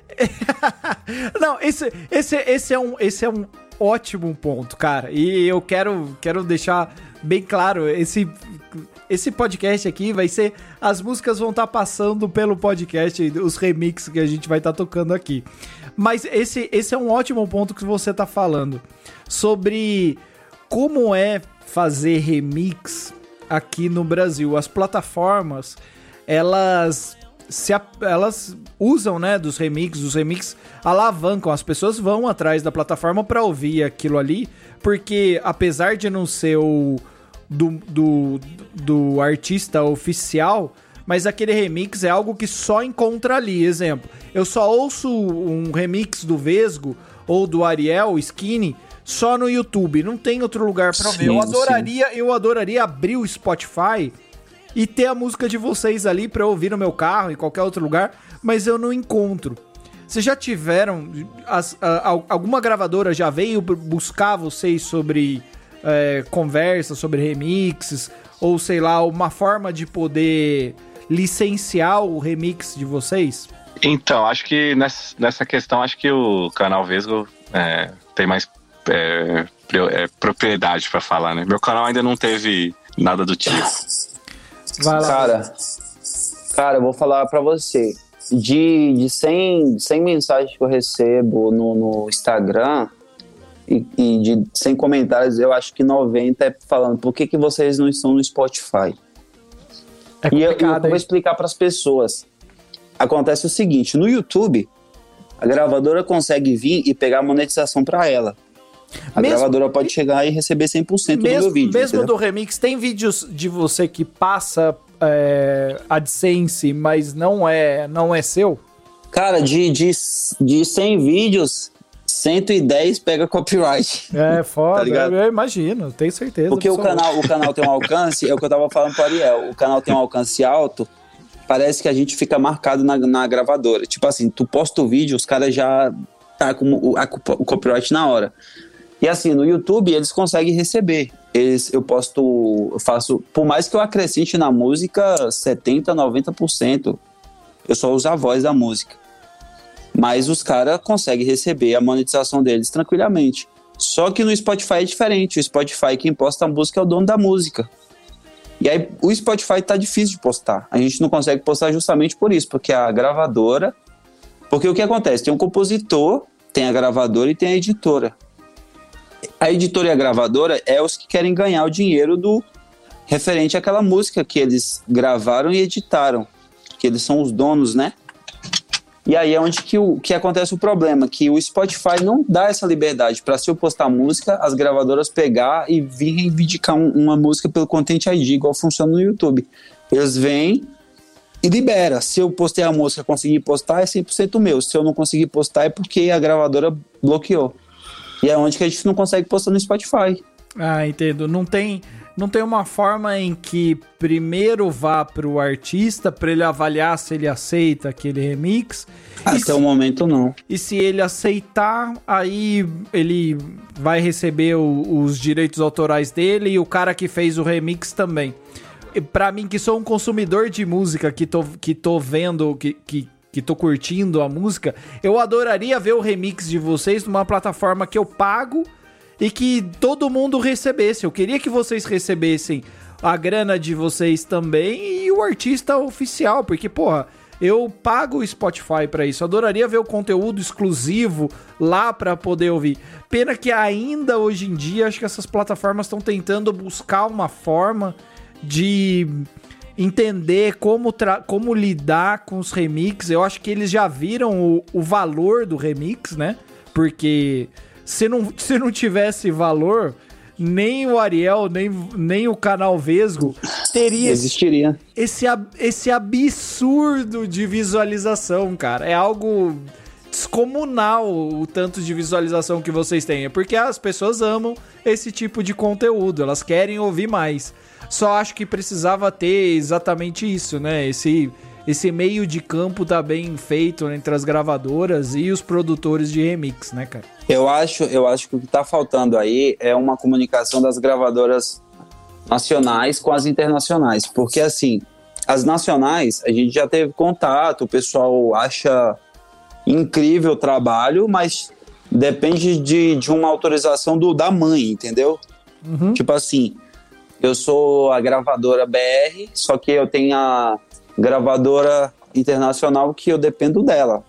Não, esse é um ótimo ponto, cara. E eu quero deixar bem claro, esse podcast aqui vai ser... As músicas vão estar passando pelo podcast, os remixes que a gente vai estar tocando aqui. Mas esse é um ótimo ponto que você tá falando. Sobre como é fazer remix aqui no Brasil. As plataformas, elas usam, né, dos remixes. Os remixes alavancam. As pessoas vão atrás da plataforma para ouvir aquilo ali. Porque apesar de não ser o... Do artista oficial, mas aquele remix é algo que só encontra ali. Exemplo, eu só ouço um remix do Vesgo ou do Ariel Skinny só no YouTube, não tem outro lugar pra ver. Eu adoraria abrir o Spotify e ter a música de vocês ali pra eu ouvir no meu carro, em qualquer outro lugar, mas eu não encontro. Vocês já tiveram... alguma gravadora já veio buscar vocês sobre conversa, sobre remixes, ou sei lá, uma forma de poder licenciar o remix de vocês? Então, acho que nessa questão, acho que o canal Vesgo tem mais propriedade pra falar, né? Meu canal ainda não teve nada do tipo. Vai lá. Cara, eu vou falar pra você. De 100 mensagens que eu recebo no Instagram e de 100 comentários, eu acho que 90 é falando por que vocês não estão no Spotify. E eu vou explicar para as pessoas. Acontece o seguinte, no YouTube, a gravadora consegue vir e pegar a monetização para ela. A gravadora pode chegar e receber 100% do meu vídeo. Mesmo entendeu? do remix, tem vídeos de você que passa AdSense, mas não é seu? Cara, de 100 vídeos, 110 pega copyright. É foda, tá ligado? Eu imagino, tenho certeza. Porque o canal tem um alcance, é o que eu tava falando pro Ariel, o canal tem um alcance alto, parece que a gente fica marcado na gravadora. Tipo assim, tu posta o vídeo, os caras já tá com o copyright na hora. E assim, no YouTube eles conseguem receber. Eu faço, por mais que eu acrescente na música 70%, 90%, eu só uso a voz da música. Mas os caras conseguem receber a monetização deles tranquilamente. Só que no Spotify é diferente. O Spotify, quem posta a música é o dono da música. E aí o Spotify tá difícil de postar. A gente não consegue postar justamente por isso, porque a gravadora... Porque o que acontece? Tem um compositor, tem a gravadora e tem a editora. A editora e a gravadora é os que querem ganhar o dinheiro do referente àquela música que eles gravaram e editaram. Que eles são os donos, né? E aí é onde que acontece o problema, que o Spotify não dá essa liberdade para, se eu postar música, as gravadoras pegar e vir reivindicar uma música pelo Content ID, igual funciona no YouTube. Eles vêm e libera. Se eu postei a música, conseguir postar, é 100% meu. Se eu não conseguir postar, é porque a gravadora bloqueou. E é onde que a gente não consegue postar no Spotify. Ah, entendo. Não tem uma forma em que primeiro vá pro artista para ele avaliar se ele aceita aquele remix. Até o momento, não. E se ele aceitar, aí ele vai receber os direitos autorais dele e o cara que fez o remix também. E pra mim, que sou um consumidor de música, que tô vendo, que tô curtindo a música, eu adoraria ver o remix de vocês numa plataforma que eu pago e que todo mundo recebesse. Eu queria que vocês recebessem a grana de vocês também e o artista oficial, porque, porra, eu pago o Spotify pra isso. Eu adoraria ver o conteúdo exclusivo lá pra poder ouvir. Pena que ainda hoje em dia, acho que essas plataformas estão tentando buscar uma forma de entender como lidar com os remixes. Eu acho que eles já viram o valor do remix, né? Porque se não tivesse valor, nem o Ariel, nem o canal Vesgo existiria esse absurdo de visualização, cara. É algo descomunal o tanto de visualização que vocês têm. É porque as pessoas amam esse tipo de conteúdo, elas querem ouvir mais. Só acho que precisava ter exatamente isso, né? Esse meio de campo tá bem feito entre as gravadoras e os produtores de remix, né, cara? Eu acho que o que tá faltando aí é uma comunicação das gravadoras nacionais com as internacionais. Porque, assim, as nacionais, a gente já teve contato, o pessoal acha incrível o trabalho, mas depende de uma autorização da mãe, entendeu? Uhum. Tipo assim, eu sou a gravadora BR, só que eu tenho a gravadora internacional que eu dependo dela.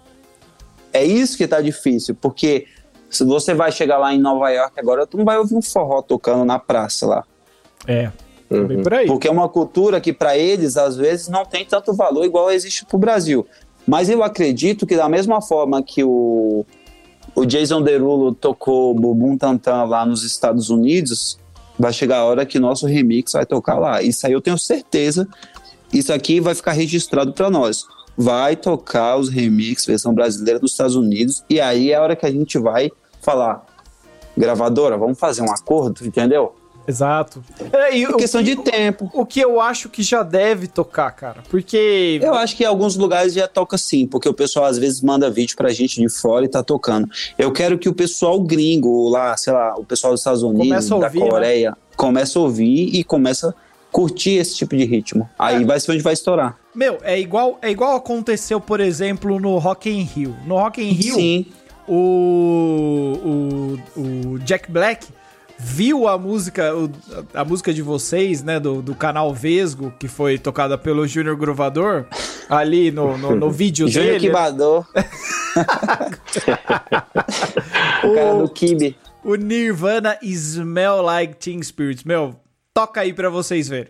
É isso que tá difícil, porque se você vai chegar lá em Nova York agora, tu não vai ouvir um forró tocando na praça lá. É, bem por aí. Porque é uma cultura que para eles, às vezes, não tem tanto valor igual existe pro Brasil. Mas eu acredito que da mesma forma que o Jason Derulo tocou Bumbum Tantan lá nos Estados Unidos, vai chegar a hora que nosso remix vai tocar lá. Isso aí eu tenho certeza. Isso aqui vai ficar registrado para nós. Vai tocar os remix, versão brasileira dos Estados Unidos. E aí é a hora que a gente vai falar: gravadora, vamos fazer um acordo, entendeu? Exato. É questão de tempo. O que eu acho que já deve tocar, cara, porque... Eu acho que em alguns lugares já toca sim, porque o pessoal às vezes manda vídeo pra gente de fora e tá tocando. Eu quero que o pessoal gringo lá, sei lá, o pessoal dos Estados Unidos, da Coreia, né? Comece a ouvir e começa a curtir esse tipo de ritmo. Aí vai ser onde vai estourar. Meu, é igual aconteceu, por exemplo, no Rock in Rio. No Rock in Rio, sim. O Jack Black viu a música de vocês, né, do canal Vesgo, que foi tocada pelo Júnior Gruvador, ali no vídeo dele. Júnior Quibador. O cara do Kibe. O Nirvana Smell Like Teen Spirit. Meu, toca aí pra vocês verem.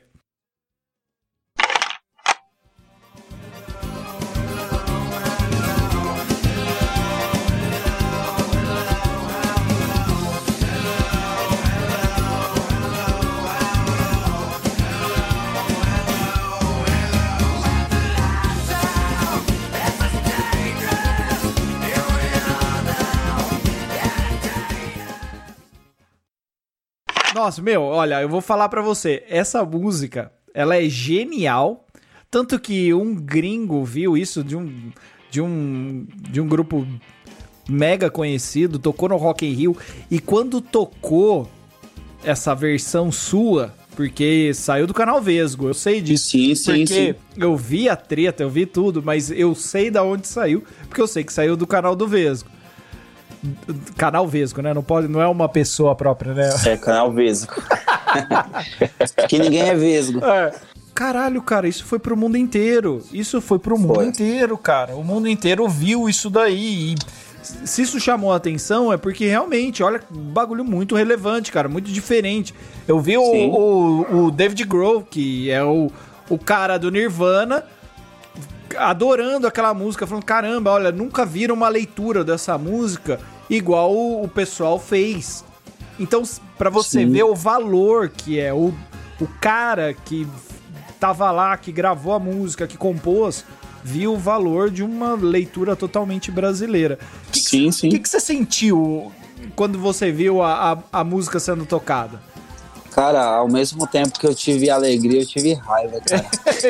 Nossa, meu, olha, eu vou falar pra você, essa música, ela é genial, tanto que um gringo viu isso de um grupo mega conhecido, tocou no Rock in Rio, e quando tocou essa versão sua, porque saiu do canal Vesgo, eu sei disso. Sim. Porque eu vi a treta, eu vi tudo, mas eu sei da onde saiu, porque eu sei que saiu do canal do Vesgo. Canal Vesgo, né? Não é uma pessoa própria, né? É, canal Vesgo. Que ninguém é Vesgo. É. Caralho, cara, isso foi pro mundo inteiro. Isso foi pro mundo inteiro, cara. O mundo inteiro viu isso daí. E se isso chamou a atenção, é porque realmente, olha, um bagulho muito relevante, cara. Muito diferente. Eu vi o David Grohl, que é o cara do Nirvana, adorando aquela música, falando, caramba, olha, nunca viram uma leitura dessa música igual o pessoal fez. Então, pra você ver o valor que é o cara que tava lá, que gravou a música, que compôs, viu o valor de uma leitura totalmente brasileira. Sim. O que você sentiu quando você viu a música sendo tocada? Cara, ao mesmo tempo que eu tive alegria, eu tive raiva, cara.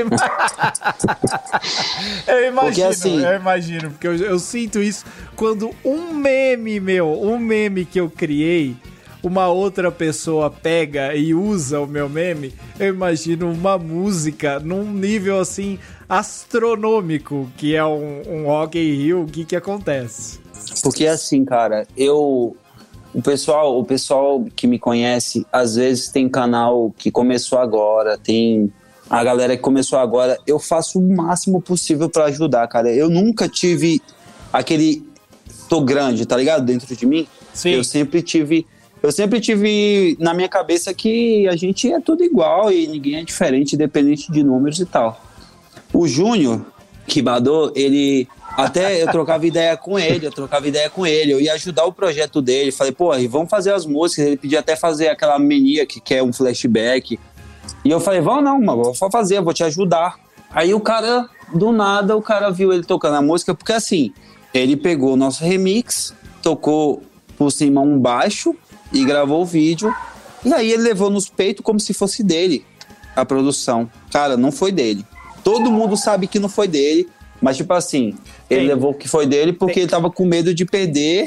Eu imagino, porque, assim, porque eu sinto isso quando um meme que eu criei, uma outra pessoa pega e usa o meu meme, eu imagino uma música num nível, assim, astronômico, que é um Rock in Rio, o que acontece? Porque, assim, cara, O pessoal que me conhece, às vezes tem canal que começou agora, tem a galera que começou agora. Eu faço o máximo possível pra ajudar, cara. Eu nunca tive aquele tô grande, tá ligado? Dentro de mim. Sim. Eu sempre tive na minha cabeça que a gente é tudo igual e ninguém é diferente, independente de números e tal. O Júnior Quibador, ele... Até eu trocava ideia com ele, eu ia ajudar o projeto dele, falei, pô, vamos fazer as músicas, ele pedia até fazer aquela mania que é um flashback, e eu falei, vamos vou fazer, eu vou te ajudar. Aí o cara, do nada, viu ele tocando a música, porque assim, ele pegou o nosso remix, tocou por cima um baixo e gravou o vídeo, e aí ele levou nos peitos como se fosse dele, a produção. Cara, não foi dele. Todo mundo sabe que não foi dele, mas, tipo assim, ele levou o que foi dele porque ele tava com medo de perder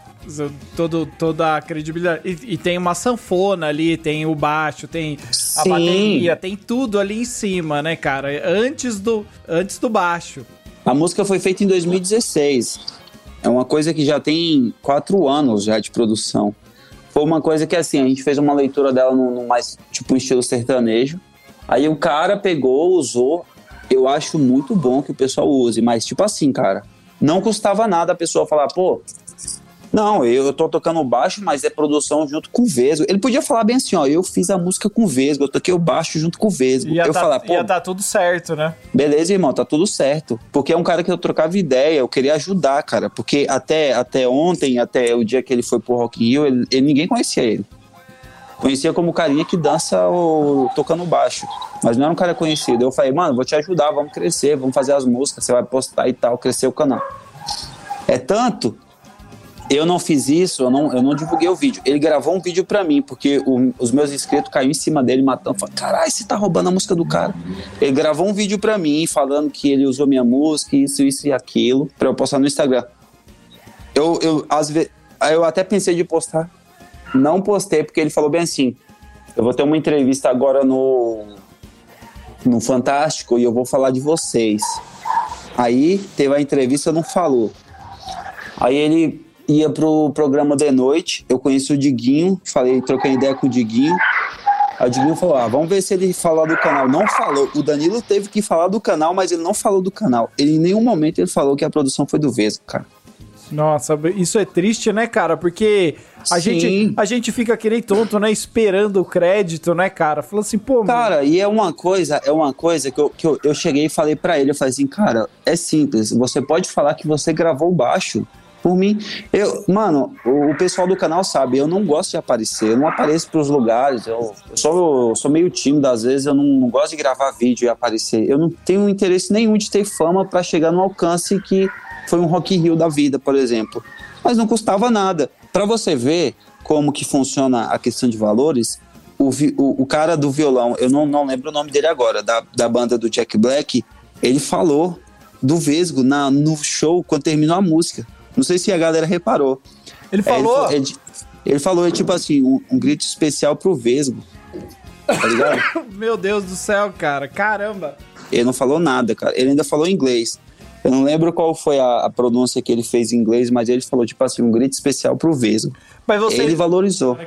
toda a credibilidade. E tem uma sanfona ali, tem o baixo, tem a bateria, tem tudo ali em cima, né, cara? Antes do baixo. A música foi feita em 2016. É uma coisa que já tem 4 anos já de produção. Foi uma coisa que, assim, a gente fez uma leitura dela no mais, tipo, um estilo sertanejo. Aí o cara pegou, usou... Eu acho muito bom que o pessoal use, mas tipo assim, cara, não custava nada a pessoa falar, pô, não, eu tô tocando baixo, mas é produção junto com o Vesgo. Ele podia falar bem assim, ó, eu fiz a música com o Vesgo, eu toquei o baixo junto com o Vesgo. Ia dar tudo certo, né? Beleza, irmão, tá tudo certo. Porque é um cara que eu trocava ideia, eu queria ajudar, cara, porque até ontem, até o dia que ele foi pro Rock in Rio, ninguém conhecia ele. Conhecia como o carinha que dança tocando baixo, mas não era um cara conhecido. Eu falei, mano, vou te ajudar, vamos crescer, vamos fazer as músicas, você vai postar e tal, crescer o canal. É tanto Eu não fiz isso, eu não divulguei o vídeo. Ele gravou um vídeo pra mim, porque os meus inscritos caíram em cima dele, matando. Falaram, caralho, você tá roubando a música do cara. Ele gravou um vídeo pra mim, falando que ele usou minha música, isso e aquilo, pra eu postar no Instagram. Às vezes, eu até pensei de postar. Não postei, porque ele falou bem assim, eu vou ter uma entrevista agora no Fantástico e eu vou falar de vocês. Aí, teve a entrevista, não falou. Aí ele ia pro programa de noite, eu conheci o Diguinho, troquei ideia com o Diguinho. Aí o Diguinho falou, vamos ver se ele fala do canal. Não falou, o Danilo teve que falar do canal, mas ele não falou do canal. Ele, em nenhum momento ele falou que a produção foi do Vesgo, cara. Nossa, isso é triste, né, cara? Porque a gente fica que nem tonto, né? Esperando o crédito, né, cara? Falou assim, pô... Cara, e é uma coisa que eu cheguei e falei pra ele, eu falei assim, cara, é simples, você pode falar que você gravou baixo por mim. Mano, o pessoal do canal sabe, eu não gosto de aparecer, eu não apareço pros lugares, eu sou meio tímido, às vezes eu não gosto de gravar vídeo e aparecer. Eu não tenho interesse nenhum de ter fama pra chegar no alcance que foi um Rock in Rio da vida, por exemplo. Mas não custava nada. Pra você ver como que funciona a questão de valores, o cara do violão, eu não lembro o nome dele agora, da banda do Jack Black, ele falou do Vesgo no show quando terminou a música. Não sei se a galera reparou. Ele falou? Ele falou, tipo assim, um grito especial pro Vesgo. Tá ligado? Meu Deus do céu, cara. Caramba. Ele não falou nada, cara. Ele ainda falou em inglês. Eu não lembro qual foi a pronúncia que ele fez em inglês, mas ele falou, tipo assim, um grito especial pro Vesgo. Mas você... Ele valorizou.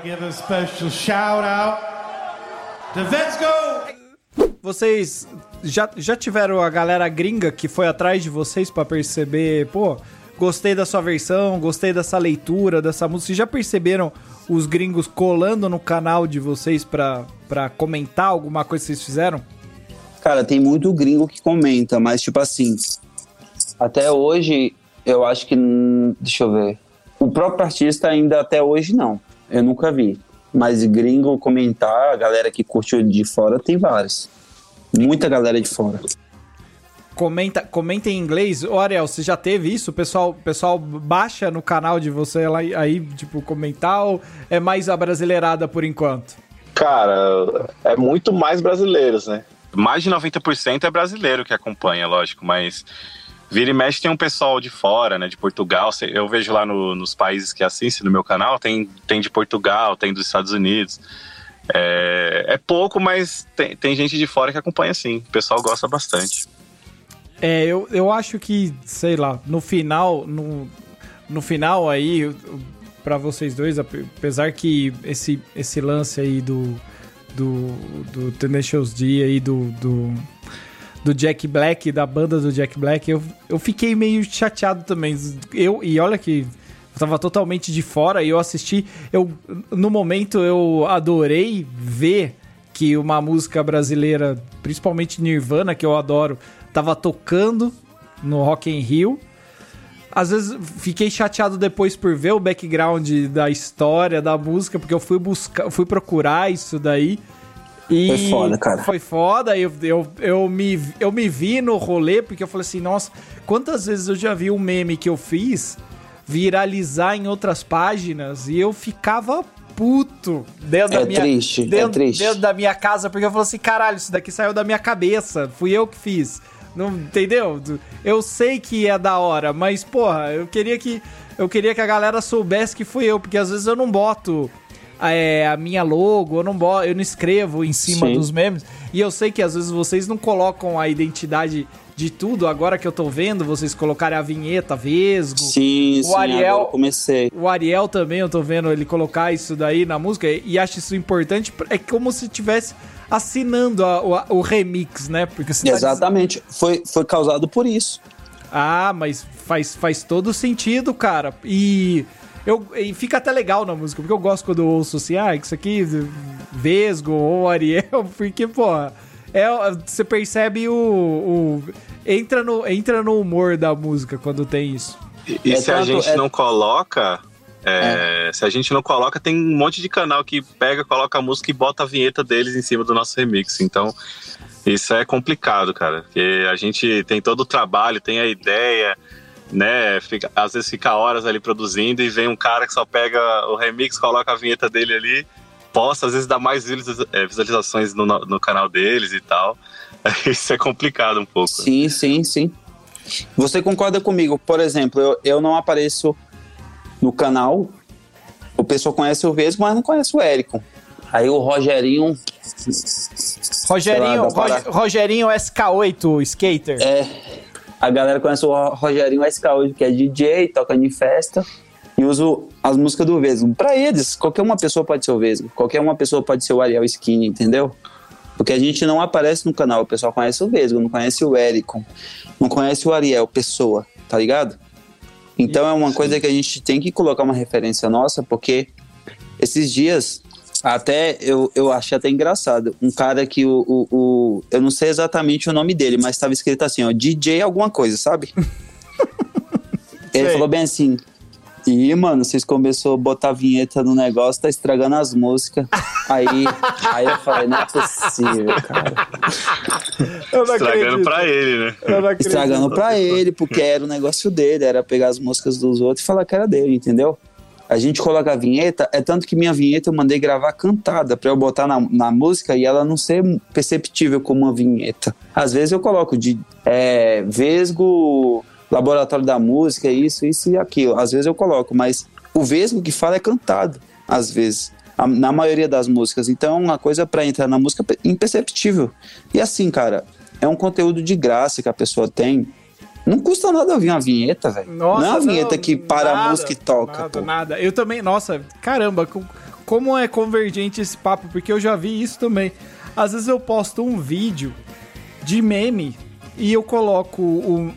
Vocês já tiveram a galera gringa que foi atrás de vocês pra perceber, pô, gostei da sua versão, gostei dessa leitura, dessa música. Vocês já perceberam os gringos colando no canal de vocês pra comentar alguma coisa que vocês fizeram? Cara, tem muito gringo que comenta, mas tipo assim... Até hoje, eu acho que... Deixa eu ver. O próprio artista ainda até hoje não. Eu nunca vi. Mas gringo comentar, a galera que curtiu de fora, tem vários. Muita galera de fora. Comenta em inglês. Ô, Ariel, você já teve isso? O pessoal baixa no canal de você lá aí, tipo, comentar, ou é mais a brasileirada por enquanto? Cara, é muito mais brasileiros, né? Mais de 90% é brasileiro que acompanha, lógico, mas... Vira e mexe tem um pessoal de fora, né, de Portugal. Eu vejo lá nos países que assistem no meu canal, tem de Portugal, tem dos Estados Unidos. É pouco, mas tem gente de fora que acompanha sim. O pessoal gosta bastante. Eu acho que, sei lá, no final final aí, pra vocês dois, apesar que esse lance aí do Tenacious D aí, do Jack Black, da banda do Jack Black, eu fiquei meio chateado também. E olha que eu tava totalmente de fora e eu assisti. No momento eu adorei ver que uma música brasileira, principalmente Nirvana, que eu adoro, tava tocando no Rock in Rio. Às vezes fiquei chateado depois por ver o background da história da música, porque eu fui procurar isso daí. E foi foda, cara. Foi foda, eu me vi no rolê, porque eu falei assim, nossa, quantas vezes eu já vi um meme que eu fiz viralizar em outras páginas e eu ficava puto dentro triste. Dentro da minha casa, porque eu falei assim, caralho, isso daqui saiu da minha cabeça, fui eu que fiz. Não, entendeu? Eu sei que é da hora, mas, porra, eu queria que a galera soubesse que fui eu, porque às vezes eu não boto... a minha logo, eu não escrevo em cima Sim. dos memes, e eu sei que às vezes vocês não colocam a identidade de tudo. Agora que eu tô vendo, vocês colocarem a vinheta Vesgo. Sim, o Ariel, agora eu comecei. O Ariel também, eu tô vendo ele colocar isso daí na música, e acho isso importante, é como se tivesse assinando o remix, né? Porque você Exatamente, foi causado por isso. Ah, mas faz todo sentido, cara, e fica até legal na música, porque eu gosto quando eu ouço assim, isso aqui, Vesgo ou Ariel, porque, pô, você percebe entra no humor da música quando tem isso. E se a gente não coloca, se a gente não coloca, tem um monte de canal que pega, coloca a música e bota a vinheta deles em cima do nosso remix, então isso é complicado, cara, porque a gente tem todo o trabalho, tem a ideia, né? Às vezes fica horas ali produzindo e vem um cara que só pega o remix, coloca a vinheta dele ali, posta, às vezes dá mais visualizações no canal deles e tal. Isso é complicado um pouco. Sim. Você concorda comigo? Por exemplo, eu não apareço no canal, o pessoal conhece o Vesgo, mas não conhece o Érico. Aí o Rogerinho SK8 Skater. A galera conhece o Rogerinho SK8, que é DJ, toca em festa e usa as músicas do Vesgo. Pra eles, qualquer uma pessoa pode ser o Vesgo, qualquer uma pessoa pode ser o Ariel Skinny, entendeu? Porque a gente não aparece no canal, o pessoal conhece o Vesgo, não conhece o Érico, não conhece o Ariel, pessoa, tá ligado? Então é uma coisa que a gente tem que colocar uma referência nossa, porque esses dias, até eu achei até engraçado, um cara que eu não sei exatamente o nome dele, mas estava escrito assim, ó, DJ alguma coisa, sabe? Ele falou bem assim, mano, vocês começaram a botar vinheta no negócio, tá estragando as músicas. Aí eu falei, não é possível, cara. Estragando pra ele, né? Estragando pra ele, porque era o negócio dele, era pegar as músicas dos outros e falar que era dele, entendeu? A gente coloca a vinheta, é tanto que minha vinheta eu mandei gravar cantada pra eu botar na música e ela não ser perceptível como uma vinheta. Às vezes eu coloco de Vesgo, Laboratório da Música, isso e aquilo. Às vezes eu coloco, mas o Vesgo que fala é cantado, às vezes, na maioria das músicas. Então é uma coisa pra entrar na música imperceptível. E assim, cara, é um conteúdo de graça que a pessoa tem. Não custa nada ouvir uma vinheta, velho. Não é uma vinheta que para a música e toca. Nada. Eu também, nossa, caramba, como é convergente esse papo, porque eu já vi isso também. Às vezes eu posto um vídeo de meme e eu coloco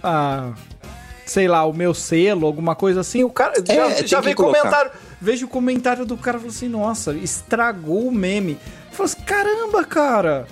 sei lá, o meu selo, alguma coisa assim, o cara já vem comentário, vejo o comentário do cara e falo assim, nossa, estragou o meme. Eu falo assim, caramba, cara.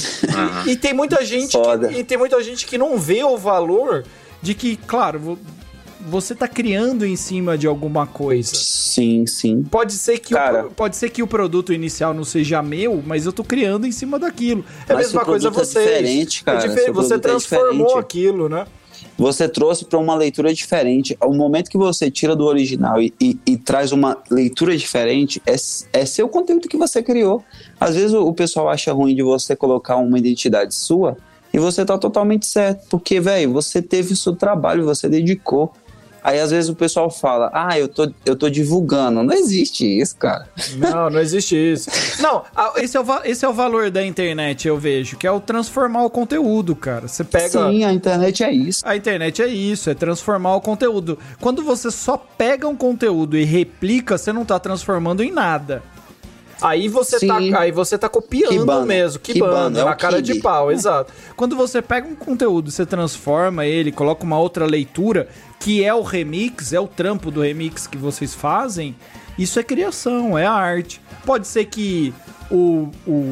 E tem muita gente que não vê o valor de que, claro, você tá criando em cima de alguma coisa. Sim. Pode ser que o produto inicial não seja meu, mas eu tô criando em cima daquilo. É a mesma coisa você. É diferente, cara. Você transformou aquilo, né? Você trouxe para uma leitura diferente. O momento que você tira do original e traz uma leitura diferente, é seu conteúdo que você criou. Às vezes o pessoal acha ruim de você colocar uma identidade sua e você tá totalmente certo. Porque, velho, você teve o seu trabalho, você dedicou. Aí às vezes o pessoal fala, eu tô divulgando. Não existe isso, cara. Não existe isso. Não, esse é o valor da internet, eu vejo, que é o transformar o conteúdo, cara. Você pega... Sim, a internet é isso. A internet é isso, é transformar o conteúdo. Quando você só pega um conteúdo e replica, você não tá transformando em nada. Aí você tá copiando mesmo, quibando, na cara de pau, exato. Quando você pega um conteúdo, você transforma ele, coloca uma outra leitura, que é o remix, é o trampo do remix que vocês fazem, isso é criação, é arte. Pode ser que o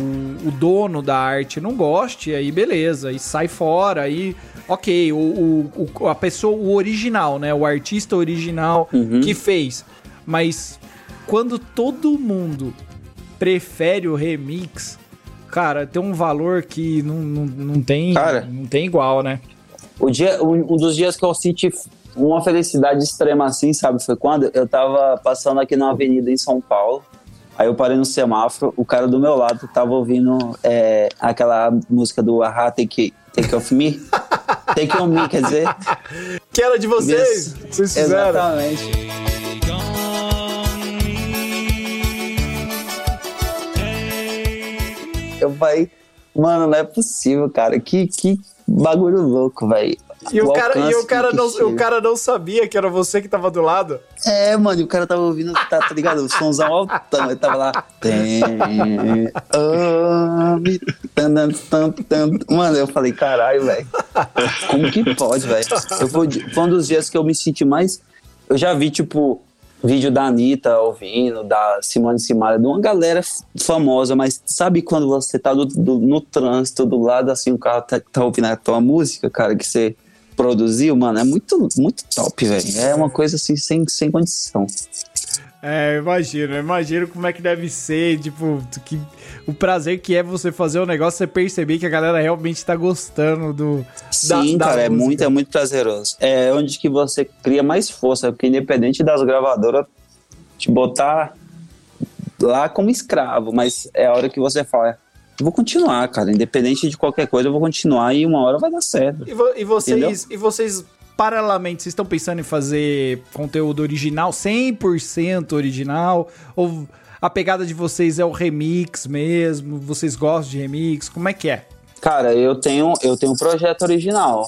dono da arte não goste, aí beleza, aí sai fora, aí ok, a pessoa, o original, né, o artista original que fez. Mas quando todo mundo prefere o remix, cara, tem um valor que não tem, cara, não tem igual, né? Um dos dias que eu senti uma felicidade extrema assim, sabe, foi quando eu tava passando aqui na avenida em São Paulo, aí eu parei no semáforo, o cara do meu lado tava ouvindo aquela música do Ahá, Take Off Me, Take On Me, quer dizer... Que era de vocês fizeram. Exatamente. Eu falei, mano, não é possível, cara. Que bagulho louco, velho. E o cara não sabia que era você que tava do lado? É, mano, e o cara tava ouvindo, tá ligado? O somzão altão. Ele tava lá. Mano, eu falei, caralho, velho. Como que pode, velho? Foi um dos dias que eu me senti mais... Eu já vi, tipo... vídeo da Anitta ouvindo, da Simone Simaria, de uma galera famosa, mas sabe quando você tá no trânsito, do lado assim, o carro tá ouvindo a tua música, cara, que você produziu, mano, é muito, muito top, velho. É uma coisa assim, sem condição. Imagino como é que deve ser, tipo, o prazer que é você fazer um negócio, você perceber que a galera realmente tá gostando do... Sim, cara, é muito prazeroso. É onde que você cria mais força, porque independente das gravadoras te botar lá como escravo, mas é a hora que você fala, eu vou continuar, cara, independente de qualquer coisa, eu vou continuar e uma hora vai dar certo. E vocês paralelamente, vocês estão pensando em fazer conteúdo original, 100% original? Ou a pegada de vocês é o remix mesmo? Vocês gostam de remix? Como é que é? Cara, eu tenho um projeto original.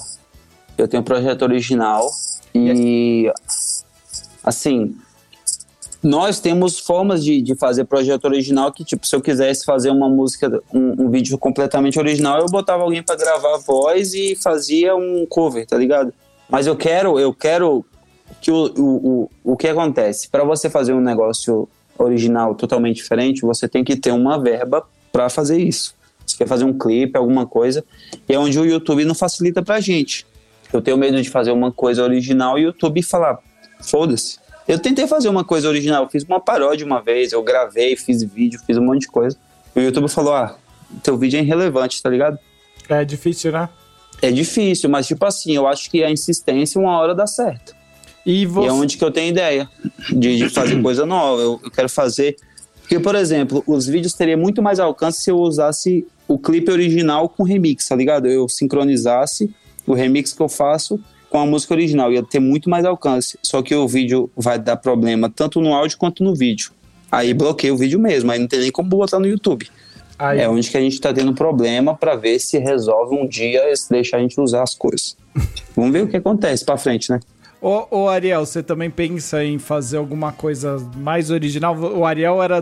E, assim, nós temos formas de fazer projeto original que, tipo, se eu quisesse fazer uma música, um vídeo completamente original, eu botava alguém pra gravar a voz e fazia um cover, tá ligado? Mas eu quero que o que acontece? Para você fazer um negócio original totalmente diferente, você tem que ter uma verba para fazer isso. Você quer fazer um clipe, alguma coisa, e é onde o YouTube não facilita pra gente. Eu tenho medo de fazer uma coisa original e o YouTube falar, foda-se. Eu tentei fazer uma coisa original, eu fiz uma paródia uma vez, eu gravei, fiz vídeo, fiz um monte de coisa. E o YouTube falou, teu vídeo é irrelevante, tá ligado? É difícil, né? É difícil, mas tipo assim, eu acho que a insistência uma hora dá certo. E é onde que eu tenho ideia de fazer coisa nova. Eu quero fazer... Porque, por exemplo, os vídeos teriam muito mais alcance se eu usasse o clipe original com remix, tá ligado? Eu sincronizasse o remix que eu faço com a música original. Ia ter muito mais alcance. Só que o vídeo vai dar problema tanto no áudio quanto no vídeo. Aí bloqueia o vídeo mesmo. Aí não tem nem como botar no YouTube. Aí. É onde que a gente tá tendo problema pra ver se resolve um dia deixar a gente usar as coisas. Vamos ver o que acontece pra frente, né? Ô Ariel, você também pensa em fazer alguma coisa mais original? O Ariel era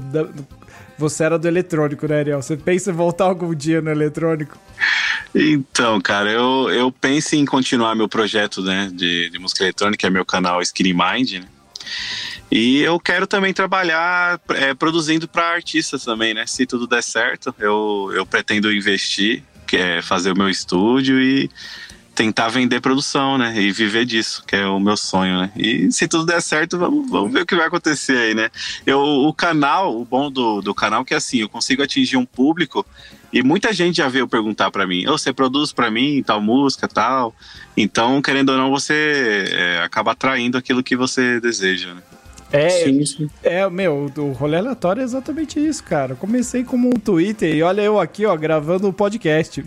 você era do eletrônico, né, Ariel? Você pensa em voltar algum dia no eletrônico? Então, cara, eu penso em continuar meu projeto, né, de música eletrônica, que é meu canal Skinny Mind, né? E eu quero também trabalhar produzindo para artistas também, né? Se tudo der certo, eu pretendo investir, que é fazer o meu estúdio e tentar vender produção, né? E viver disso, que é o meu sonho, né? E se tudo der certo, vamos ver o que vai acontecer aí, né? O bom do canal é que assim, eu consigo atingir um público e muita gente já veio perguntar pra mim, você produz pra mim tal música, tal? Então, querendo ou não, você acaba atraindo aquilo que você deseja, né? Sim. O rolê aleatório é exatamente isso, cara. Eu comecei como um Twitter e olha eu aqui, ó, gravando um podcast.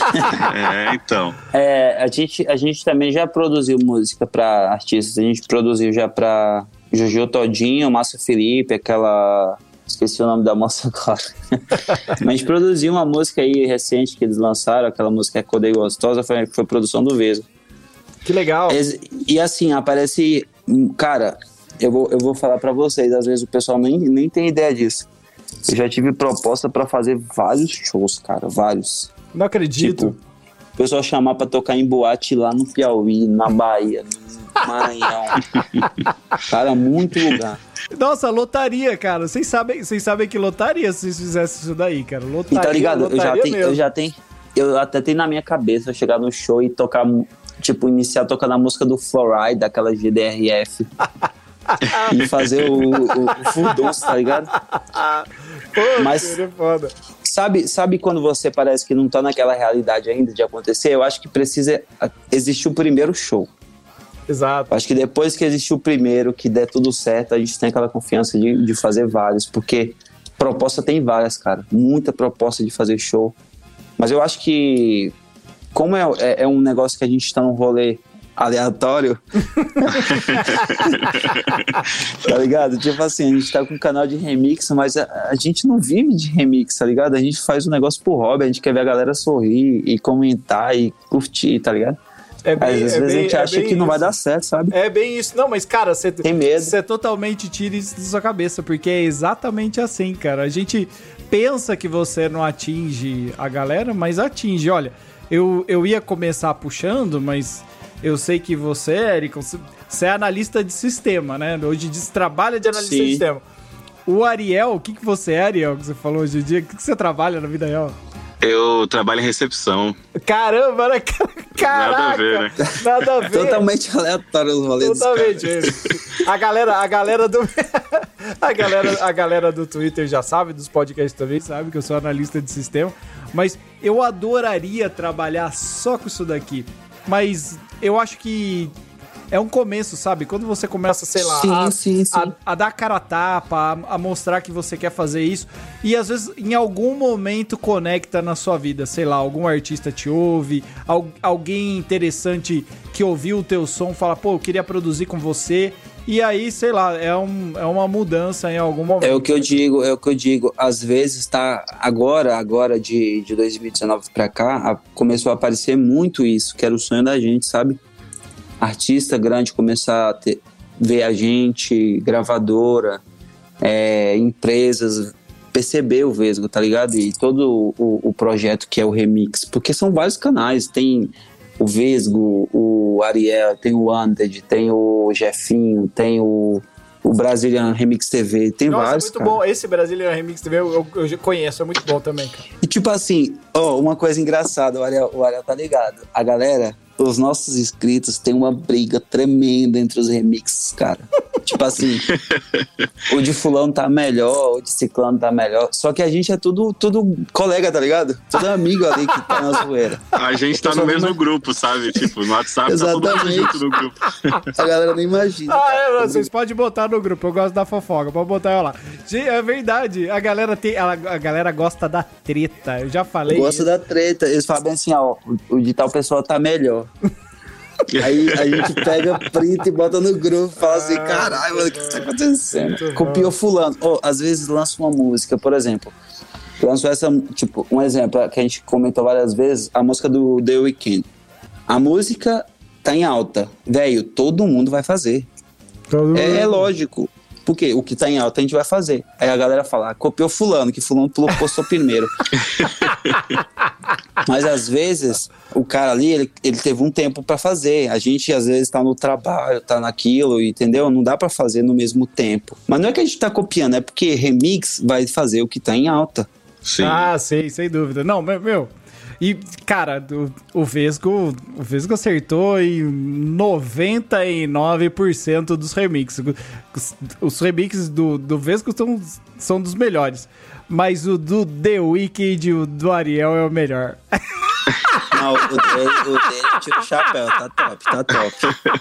Então. A gente também já produziu música pra artistas. A gente produziu já pra Jojo Todinho, Márcio Felipe, aquela... Esqueci o nome da moça agora. Mas a gente produziu uma música aí recente que eles lançaram, aquela música Acordei Gostosa, foi produção do Veso. Que legal. E assim, aparece... Cara... Eu vou falar pra vocês, às vezes o pessoal nem tem ideia disso. Eu já tive proposta pra fazer vários shows, cara, vários. Não acredito. Tipo, o pessoal chamar pra tocar em boate lá no Piauí, na Bahia, no Maranhão. Cara, muito lugar. Nossa, lotaria, cara. Vocês sabem que lotaria se vocês fizessem isso daí, cara. Lotaria, e tá ligado? Eu até tenho na minha cabeça chegar no show e tocar, tipo, iniciar tocando a música do Fluoride, daquela GDRF. E fazer o full dance, tá ligado? Pô, mas é foda. Sabe quando você parece que não tá naquela realidade ainda de acontecer? Eu acho que precisa existir o primeiro show. Exato. Eu acho que depois que existir o primeiro, que der tudo certo, a gente tem aquela confiança de fazer vários, porque proposta tem várias, cara. Muita proposta de fazer show. Mas eu acho que como é um negócio que a gente tá num rolê aleatório. Tá ligado? Tipo assim, a gente tá com um canal de remix, mas a gente não vive de remix, tá ligado? A gente faz um negócio por hobby, a gente quer ver a galera sorrir e comentar e curtir, tá ligado? Às vezes a gente acha que não vai dar certo, sabe? É bem isso. Não, mas cara, você tem medo. Você totalmente tira isso da sua cabeça, porque é exatamente assim, cara. A gente pensa que você não atinge a galera, mas atinge. Olha, eu ia começar puxando, mas eu sei que você, Érico, você é analista de sistema, né? Hoje em dia você trabalha de analista de sistema. O Ariel, o que você é, Ariel, que você falou hoje em dia? O que você trabalha na vida real? Eu trabalho em recepção. Caramba, né? Caraca, Nada a ver, né? Nada a ver. Totalmente aleatório os rolês dos Totalmente. caras. A galera do Twitter já sabe, dos podcasts também sabe que eu sou analista de sistema, mas eu adoraria trabalhar só com isso daqui. Mas eu acho que é um começo, sabe? Quando você começa, sei lá, a dar cara a tapa, a mostrar que você quer fazer isso, e às vezes em algum momento conecta na sua vida, sei lá, algum artista te ouve, alguém interessante que ouviu o teu som fala, pô, eu queria produzir com você, e aí, sei lá, é uma mudança em algum momento. É o que eu digo, às vezes tá, agora de 2019 pra cá, começou a aparecer muito isso, que era o sonho da gente, sabe? Artista grande começar a ver a gente, gravadora, empresas, perceber o Vesgo, tá ligado? E todo o projeto que é o Remix, porque são vários canais, tem o Vesgo, o Ariel, tem o Wanted, tem o Jefinho, tem o Brazilian Remix TV, tem vários. Nossa, é muito bom, esse Brazilian Remix TV eu já conheço, é muito bom também, cara. E tipo assim, uma coisa engraçada, o Ariel tá ligado, a galera... Os nossos inscritos têm uma briga tremenda entre os remixes, cara. Tipo assim, o de fulano tá melhor, o de ciclano tá melhor. Só que a gente é tudo colega, tá ligado? Tudo amigo ali que tá na zoeira. A gente tá no mesmo grupo, sabe? Tipo, no WhatsApp exatamente. Tá todo mundo junto no grupo. A galera nem imagina. Vocês podem botar no grupo, eu gosto da fofoca, pode botar eu lá. É verdade, a galera gosta da treta, eu já falei. Gosta da treta, eles falam bem assim, o de tal pessoa tá melhor. Aí a gente pega, print e bota no grupo e fala assim, caralho, mano, o que tá acontecendo? Copiou fulano. Às vezes lança uma música, por exemplo. Lanço essa, tipo, um exemplo que a gente comentou várias vezes, a música do The Weeknd. A música tá em alta. Velho, todo mundo vai fazer. É lógico. Porque o que tá em alta a gente vai fazer. Aí a galera fala, copiou fulano, que fulano postou primeiro. Mas às vezes, o cara ali, ele teve um tempo pra fazer. A gente às vezes tá no trabalho, tá naquilo, entendeu? Não dá pra fazer no mesmo tempo. Mas não é que a gente tá copiando, é porque remix vai fazer o que tá em alta. Sim. Ah, sim, sem dúvida. Não, meu... E, cara, o Vesgo acertou em 99% dos remixes. Os remixes do Vesgo são dos melhores. Mas o do The Weeknd e o do Ariel é o melhor. Não, o dele tira o chapéu, tá top.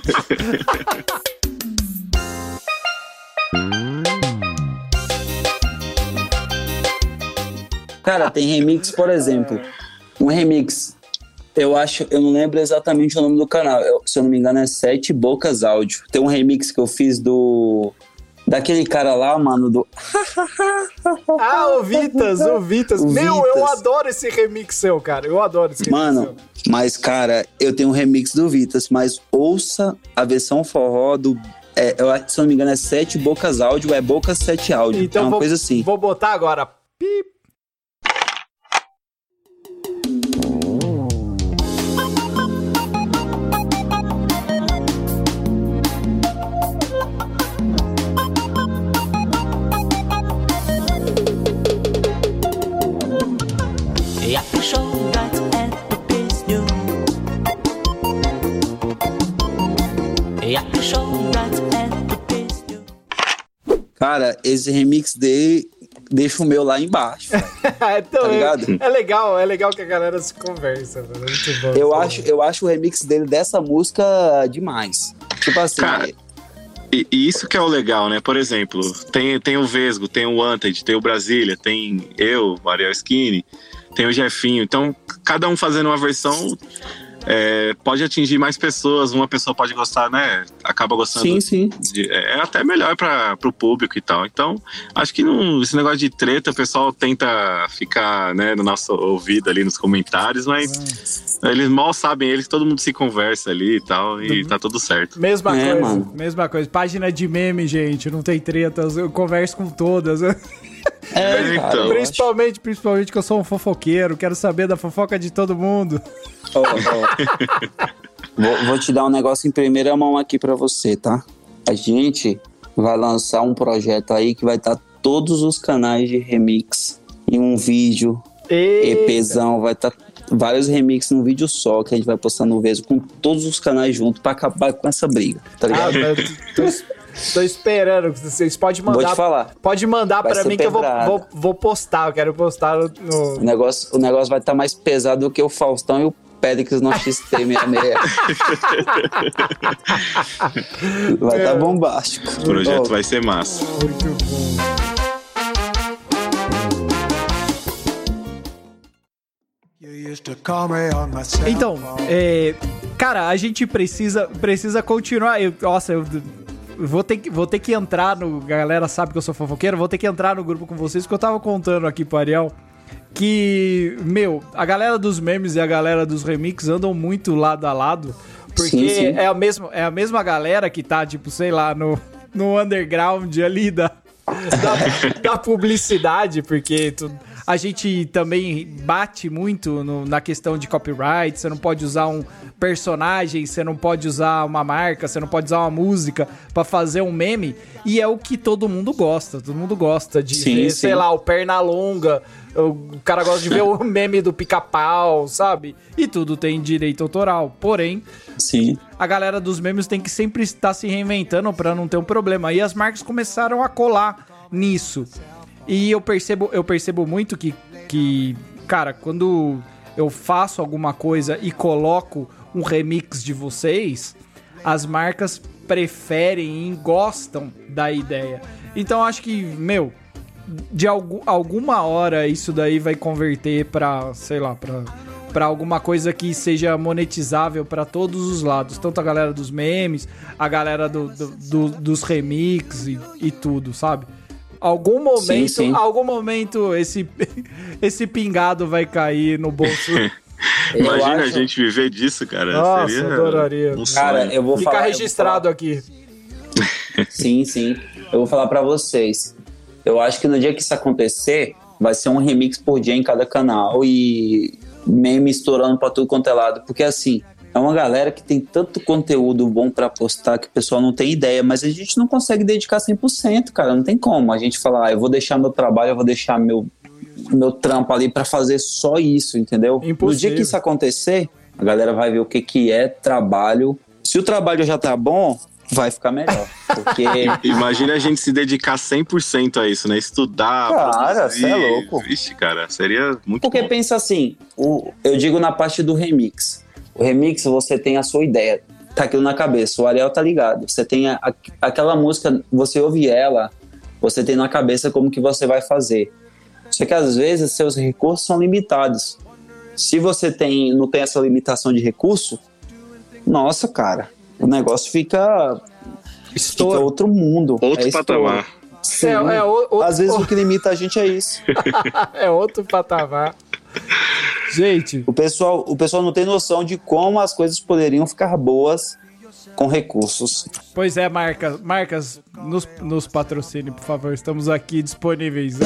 Cara, tem remix, por exemplo. Um remix, eu não lembro exatamente o nome do canal, se eu não me engano é 7 Bocas Áudio. Tem um remix que eu fiz daquele cara lá, mano, do... o Vitas. Meu, eu adoro esse remix seu, cara, eu adoro esse remix seu. Mas, cara, eu tenho um remix do Vitas, mas ouça a versão forró do... se eu não me engano é 7 Bocas Áudio, é Bocas 7 Áudio, então, é uma coisa assim. Vou botar agora, pip. Cara, esse remix dele deixa o meu lá embaixo. Então, tá ligado? É legal que a galera se conversa. Mano. É muito bom, eu acho o remix dele dessa música demais. Tipo assim... Cara, e isso que é o legal, né? Por exemplo, tem o Vesgo, tem o Wanted, tem o Brasília, tem eu, o Ariel Skinny, tem o Jefinho. Então, cada um fazendo uma versão... pode atingir mais pessoas, uma pessoa pode gostar, né? Acaba gostando. Sim. É até melhor pro público e tal. Então, acho que esse negócio de treta, o pessoal tenta ficar, né, no nosso ouvido ali nos comentários, mas eles mal sabem que todo mundo se conversa ali e tal, e tá tudo certo. Mesma coisa. Página de meme, gente, não tem tretas, eu converso com todas. Então. Principalmente que eu sou um fofoqueiro, quero saber da fofoca de todo mundo. Vou te dar um negócio em primeira mão aqui pra você, tá? A gente vai lançar um projeto aí que vai estar todos os canais de remix em um vídeo. Eita. EPzão, vai estar vários remixes num vídeo só, que a gente vai postar no Vesgo com todos os canais juntos pra acabar com essa briga, tá ligado? Tô esperando, vocês podem mandar. Vou te falar. Pode mandar pra mim pedrada. que eu vou postar, eu quero postar no... O negócio vai estar mais pesado do que o Faustão e o Péricles no XT66. Vai estar bombástico. O projeto vai ser massa. Muito bom. Então, cara, a gente precisa continuar. Eu vou ter que entrar no... A galera sabe que eu sou fofoqueiro. Vou ter que entrar no grupo com vocês, porque eu tava contando aqui pro Ariel que, a galera dos memes e a galera dos remix andam muito lado a lado. Porque sim. É a mesma galera que tá, tipo, sei lá, no underground ali da publicidade, porque a gente também bate muito na questão de copyright. Você não pode usar um personagem, você não pode usar uma marca, você não pode usar uma música pra fazer um meme. E é o que todo mundo gosta. Todo mundo gosta de ver, sei lá, o Pernalonga. O cara gosta de ver o meme do Pica-Pau, sabe? E tudo tem direito autoral. Porém, a galera dos memes tem que sempre estar se reinventando pra não ter um problema. E as marcas começaram a colar nisso. E eu percebo muito que, cara, quando eu faço alguma coisa e coloco um remix de vocês, as marcas preferem e gostam da ideia. Então acho que, de alguma hora isso daí vai converter pra, sei lá, pra alguma coisa que seja monetizável pra todos os lados. Tanto a galera dos memes, a galera dos remix e tudo, sabe? Algum momento esse pingado vai cair no bolso. Imagina a gente viver disso, cara. Nossa, seria adoraria. Cara, eu vou Fica falar... registrado aqui. Sim. Eu vou falar pra vocês. Eu acho que no dia que isso acontecer, vai ser um remix por dia em cada canal e meme estourando pra tudo quanto é lado. Porque assim, é uma galera que tem tanto conteúdo bom pra postar que o pessoal não tem ideia, mas a gente não consegue dedicar 100%, cara. Não tem como a gente falar, eu vou deixar meu trabalho, eu vou deixar meu trampo ali pra fazer só isso, entendeu? Impossível. No dia que isso acontecer, a galera vai ver o que é trabalho. Se o trabalho já tá bom, vai ficar melhor. Porque... Imagina a gente se dedicar 100% a isso, né? Estudar, cara, você é louco. Vixe, cara, seria muito Porque bom. pensa assim, eu digo na parte do remix. O remix, você tem a sua ideia, tá aquilo na cabeça, o Ariel tá ligado. Você tem aquela música, você ouve ela, você tem na cabeça como que você vai fazer. Só que às vezes seus recursos são limitados. Se você não tem essa limitação de recurso, nossa, cara, o negócio fica outro mundo. Outro patamar. Às vezes o que limita a gente é isso. É outro patamar. Gente, o pessoal não tem noção de como as coisas poderiam ficar boas com recursos. Pois é, marcas nos patrocinem, por favor. Estamos aqui disponíveis.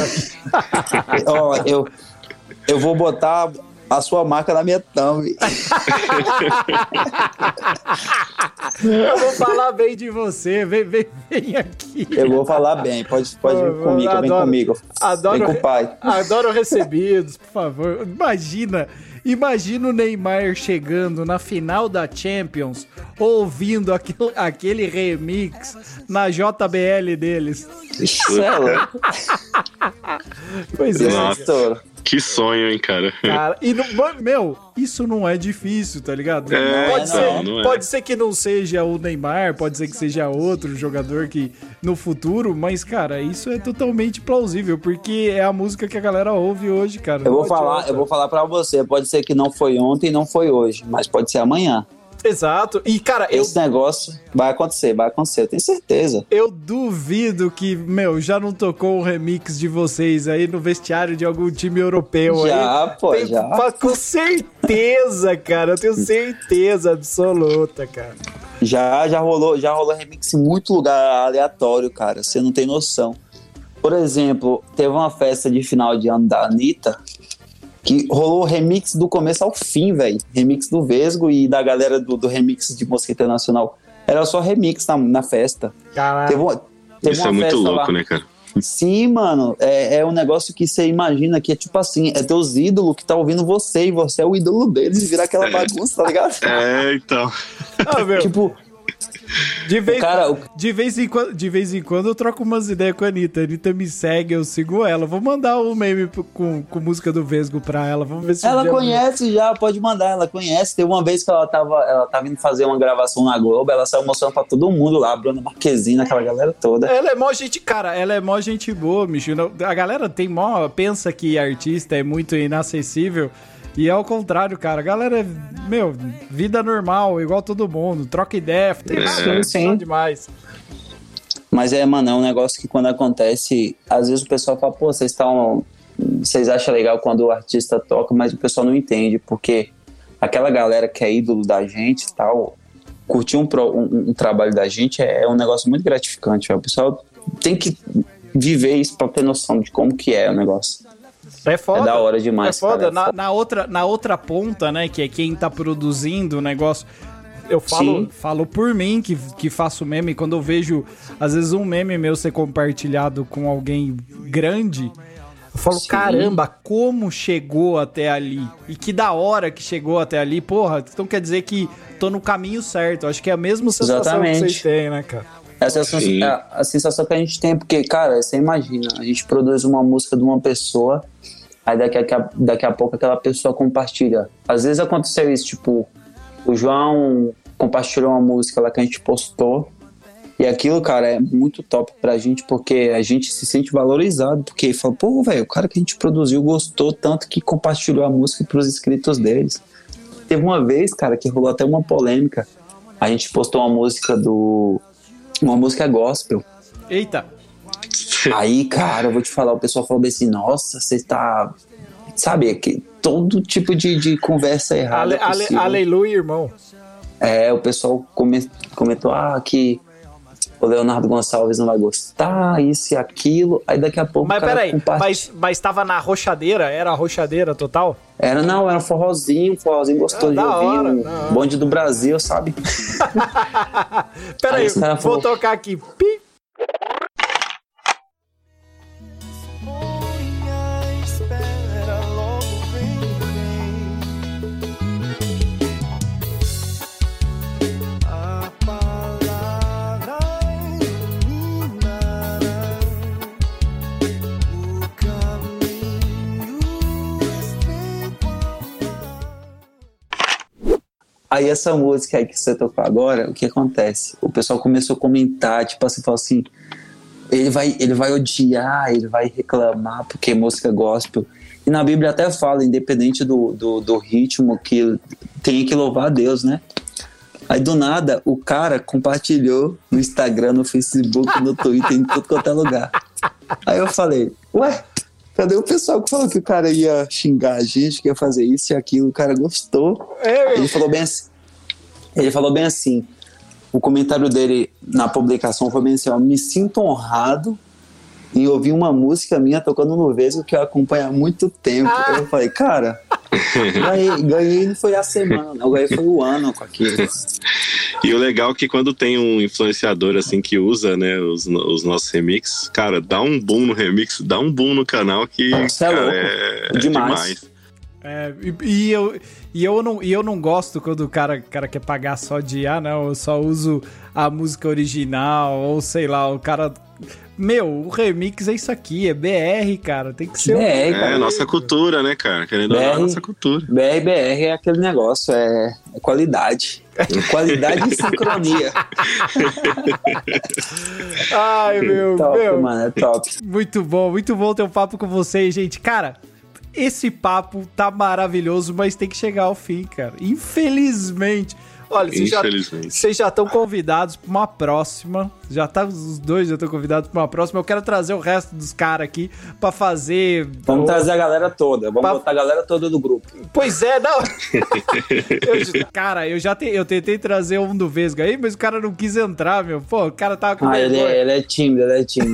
Ó, eu vou botar a sua marca na minha thumb. Eu vou falar bem de você. Vem aqui. Eu vou falar bem. Pode vir comigo, vem comigo. Vem com o pai. Adoro recebidos, por favor. Imagina o Neymar chegando na final da Champions, ouvindo aquele remix na JBL deles. Isso é louco. Pois é. Nossa, que sonho, hein, cara. E isso não é difícil, tá ligado? Pode ser que não seja o Neymar, pode ser que seja outro jogador que no futuro, mas, cara, isso é totalmente plausível, porque é a música que a galera ouve hoje, cara. Eu vou falar pra você, pode ser que não foi ontem e não foi hoje, mas pode ser amanhã. Exato. E, cara, esse negócio vai acontecer, eu tenho certeza. Eu duvido que, já não tocou um remix de vocês aí no vestiário de algum time europeu. Já. Com certeza, cara. Eu tenho certeza absoluta, cara. Já rolou remix em muito lugar aleatório, cara. Você não tem noção. Por exemplo, teve uma festa de final de ano da Anitta que rolou remix do começo ao fim, velho. Remix do Vesgo e da galera do remix de música internacional. Era só remix na festa. Caralho. Isso é muito louco, né, cara? Sim, mano, é um negócio que você imagina que é tipo assim, é teus ídolos que tá ouvindo você e você é o ídolo deles e virar aquela bagunça, tá ligado? Então. Ah, meu. Tipo, de vez em quando eu troco umas ideias com a Anitta. A Anitta me segue, eu sigo ela. Vou mandar um meme com música do Vesgo pra ela. Vamos ver se ela conhece já, pode mandar, ela conhece. Teve uma vez que ela tava indo fazer uma gravação na Globo, ela saiu mostrando pra todo mundo lá, Bruna Marquezine, aquela galera toda. Ela é mó gente, cara, ela é mó gente boa, bicho. A galera pensa que artista é muito inacessível. E é ao contrário, cara. A galera é, vida normal, igual todo mundo. Troca ideia, tem nada, sim. Demais. Mas mano, é um negócio que quando acontece, às vezes o pessoal fala, pô, vocês acham legal quando o artista toca, mas o pessoal não entende, porque aquela galera que é ídolo da gente e tal, curtir um trabalho da gente é um negócio muito gratificante. O pessoal tem que viver isso pra ter noção de como que é o negócio. É foda. É da hora demais. É foda. Cara, na outra ponta, né, que é quem tá produzindo o negócio. Eu falo por mim que faço meme. Quando eu vejo, às vezes, um meme meu ser compartilhado com alguém grande, eu falo, caramba, como chegou até ali? E que da hora que chegou até ali. Porra, então quer dizer que tô no caminho certo. Acho que é a mesma sensação que vocês têm, né, cara? Essa é a sensação que a gente tem, porque, cara, você imagina, a gente produz uma música de uma pessoa, aí daqui a pouco aquela pessoa compartilha. Às vezes aconteceu isso, tipo, o João compartilhou uma música lá que a gente postou, e aquilo, cara, é muito top pra gente, porque a gente se sente valorizado, porque fala, pô, velho, o cara que a gente produziu gostou tanto que compartilhou a música pros inscritos deles. Teve uma vez, cara, que rolou até uma polêmica, a gente postou uma música gospel. Eita! Aí, cara, eu vou te falar, o pessoal falou assim, nossa, você tá... Sabe, todo tipo de conversa errada. Aleluia, irmão. O pessoal comentou, que o Leonardo Gonçalves não vai gostar, isso e aquilo. Aí daqui a pouco... Mas peraí, mas tava na rochadeira? Era a rochadeira total? Era um forrozinho gostoso de ouvir, bonde do Brasil, sabe? Peraí, vou tocar aqui. Pi. Aí essa música aí que você tocou agora, o que acontece? O pessoal começou a comentar, tipo assim, falou assim, ele vai odiar, ele vai reclamar porque música gospel. E na Bíblia até fala, independente do ritmo, que tem que louvar a Deus, né? Aí do nada, o cara compartilhou no Instagram, no Facebook, no Twitter, em tudo quanto é lugar. Aí eu falei, ué, cadê o pessoal que falou que o cara ia xingar a gente, que ia fazer isso e aquilo? O cara gostou. Ele falou bem assim, o comentário dele na publicação foi bem assim, me sinto honrado em ouvir uma música minha tocando no Vesgo que eu acompanho há muito tempo. Eu falei, cara, ganhei não foi a semana, não, ganhei foi o ano com aquilo. E o legal é que quando tem um influenciador assim que usa, né, os nossos remixes, cara, dá um boom no remix, dá um boom no canal que cara, é demais. E eu não gosto quando o cara quer pagar só de não, eu só uso a música original, ou sei lá, o cara... o remix é isso aqui, é BR, cara, tem que ser... BR, cara. É nossa cultura, né, cara? Querendo ou não, é nossa cultura. BR é aquele negócio, é qualidade. Qualidade e sincronia. Ai, top, mano, é top. Muito bom ter um papo com vocês, gente. Cara, esse papo tá maravilhoso, mas tem que chegar ao fim, cara. Infelizmente. Olha, vocês já estão convidados para uma próxima. Os dois já estão convidados para uma próxima. Eu quero trazer o resto dos caras aqui para fazer... Vamos trazer a galera toda. Vamos botar a galera toda do grupo. Pois é, não... Cara, eu tentei trazer um do Vesgo aí, mas o cara não quis entrar, meu. Pô, o cara tava com vergonha. Ele é tímido.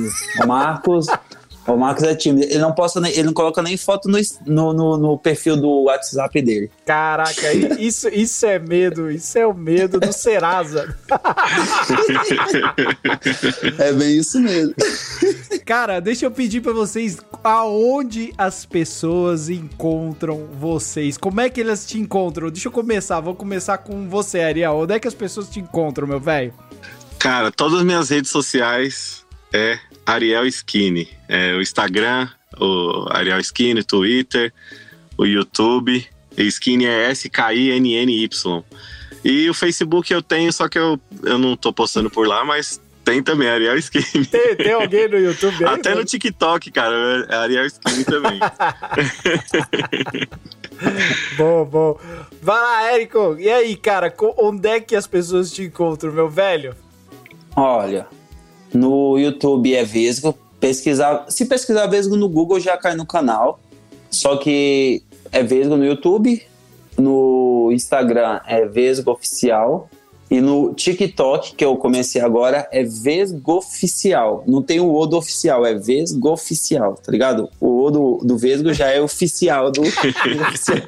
O Marcos é tímido. Ele não coloca nem foto no perfil do WhatsApp dele. Caraca, isso é medo. Isso é o medo do Serasa. É bem isso mesmo. Cara, deixa eu pedir pra vocês aonde as pessoas encontram vocês. Como é que elas te encontram? Deixa eu começar, vou começar com você, Ariel. Onde é que as pessoas te encontram, meu velho? Cara, todas as minhas redes sociais é Ariel Skinny. O Instagram, o Ariel Skinny, Twitter, o YouTube. E Skinny é SKINNY. E o Facebook eu tenho, só que eu não tô postando por lá, mas tem também, Ariel Skinny. Tem alguém no YouTube aí? Até no TikTok, cara, é Ariel Skinny também. Bom. Vai lá, Érico. E aí, cara, onde é que as pessoas te encontram, meu velho? Olha, no YouTube é Vesgo. Se pesquisar Vesgo no Google, já cai no canal. Só que é Vesgo no YouTube. No Instagram é Vesgo Oficial. E no TikTok, que eu comecei agora, é Vesgo Oficial. Não tem o O do oficial, é Vesgo Oficial, tá ligado? O O do Vesgo já é oficial do oficial.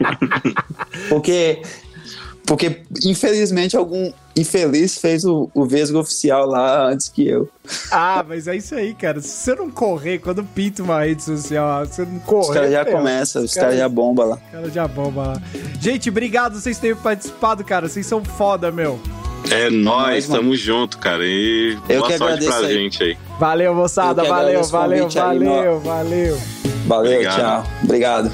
Porque, infelizmente, algum infeliz fez o Vesgo Oficial lá antes que eu. Ah, mas é isso aí, cara. Se você não correr, quando pinta uma rede social, você não correr... Os caras já começam, os caras já bombam lá. Os caras já bombam lá. Gente, obrigado vocês terem participado, cara. Vocês são foda, meu. É nóis, tamo junto, cara. E boa sorte pra gente aí. Valeu, moçada. Valeu. Obrigado. Tchau. Obrigado.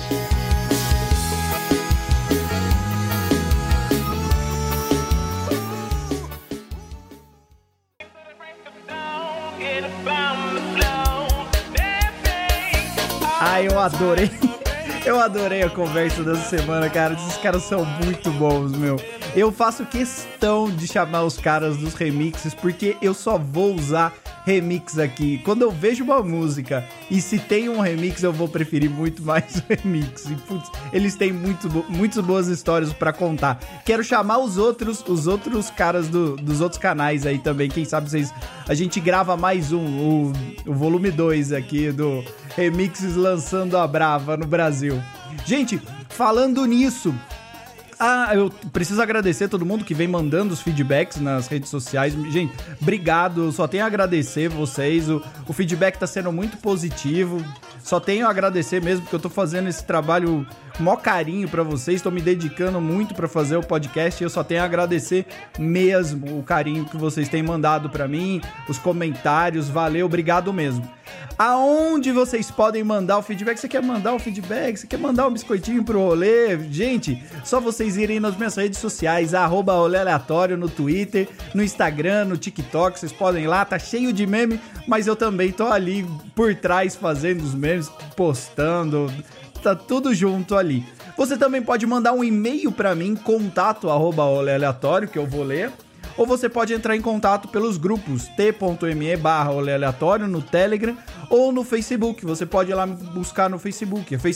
Eu adorei. Eu adorei a conversa dessa semana, cara. Esses caras são muito bons, meu. Eu faço questão de chamar os caras dos remixes, porque eu só vou usar remix aqui. Quando eu vejo uma música e se tem um remix, eu vou preferir muito mais o remix. E, putz, eles têm muitas boas histórias pra contar. Quero chamar os outros caras dos outros canais aí também. Quem sabe a gente grava mais o volume 2 aqui do Remixes Lançando a Brava no Brasil. Gente, falando nisso... eu preciso agradecer todo mundo que vem mandando os feedbacks nas redes sociais. Gente, obrigado, eu só tenho a agradecer vocês. O feedback tá sendo muito positivo. Só tenho a agradecer mesmo, porque eu tô fazendo esse trabalho com o maior carinho pra vocês. Tô me dedicando muito pra fazer o podcast e eu só tenho a agradecer mesmo o carinho que vocês têm mandado pra mim, os comentários. Valeu, obrigado mesmo. Aonde vocês podem mandar o feedback? Você quer mandar o feedback? Você quer mandar um biscoitinho pro rolê? Gente, só vocês irem nas minhas redes sociais, @rolê_aleatório no Twitter, no Instagram, no TikTok, vocês podem ir lá, tá cheio de meme, mas eu também tô ali por trás fazendo os memes, postando, tá tudo junto ali. Você também pode mandar um e-mail pra mim, contato@rolê_aleatório, que eu vou ler. Ou você pode entrar em contato pelos grupos t.me/rolê_aleatório no Telegram ou no Facebook. Você pode ir lá me buscar no Facebook, é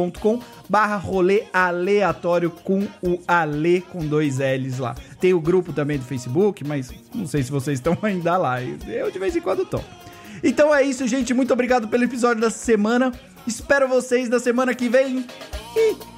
facebook.com/rolê_aleatório com o Ale com 2 L's lá. Tem o grupo também do Facebook, mas não sei se vocês estão ainda lá. Eu de vez em quando tô. Então é isso, gente. Muito obrigado pelo episódio dessa semana. Espero vocês na semana que vem.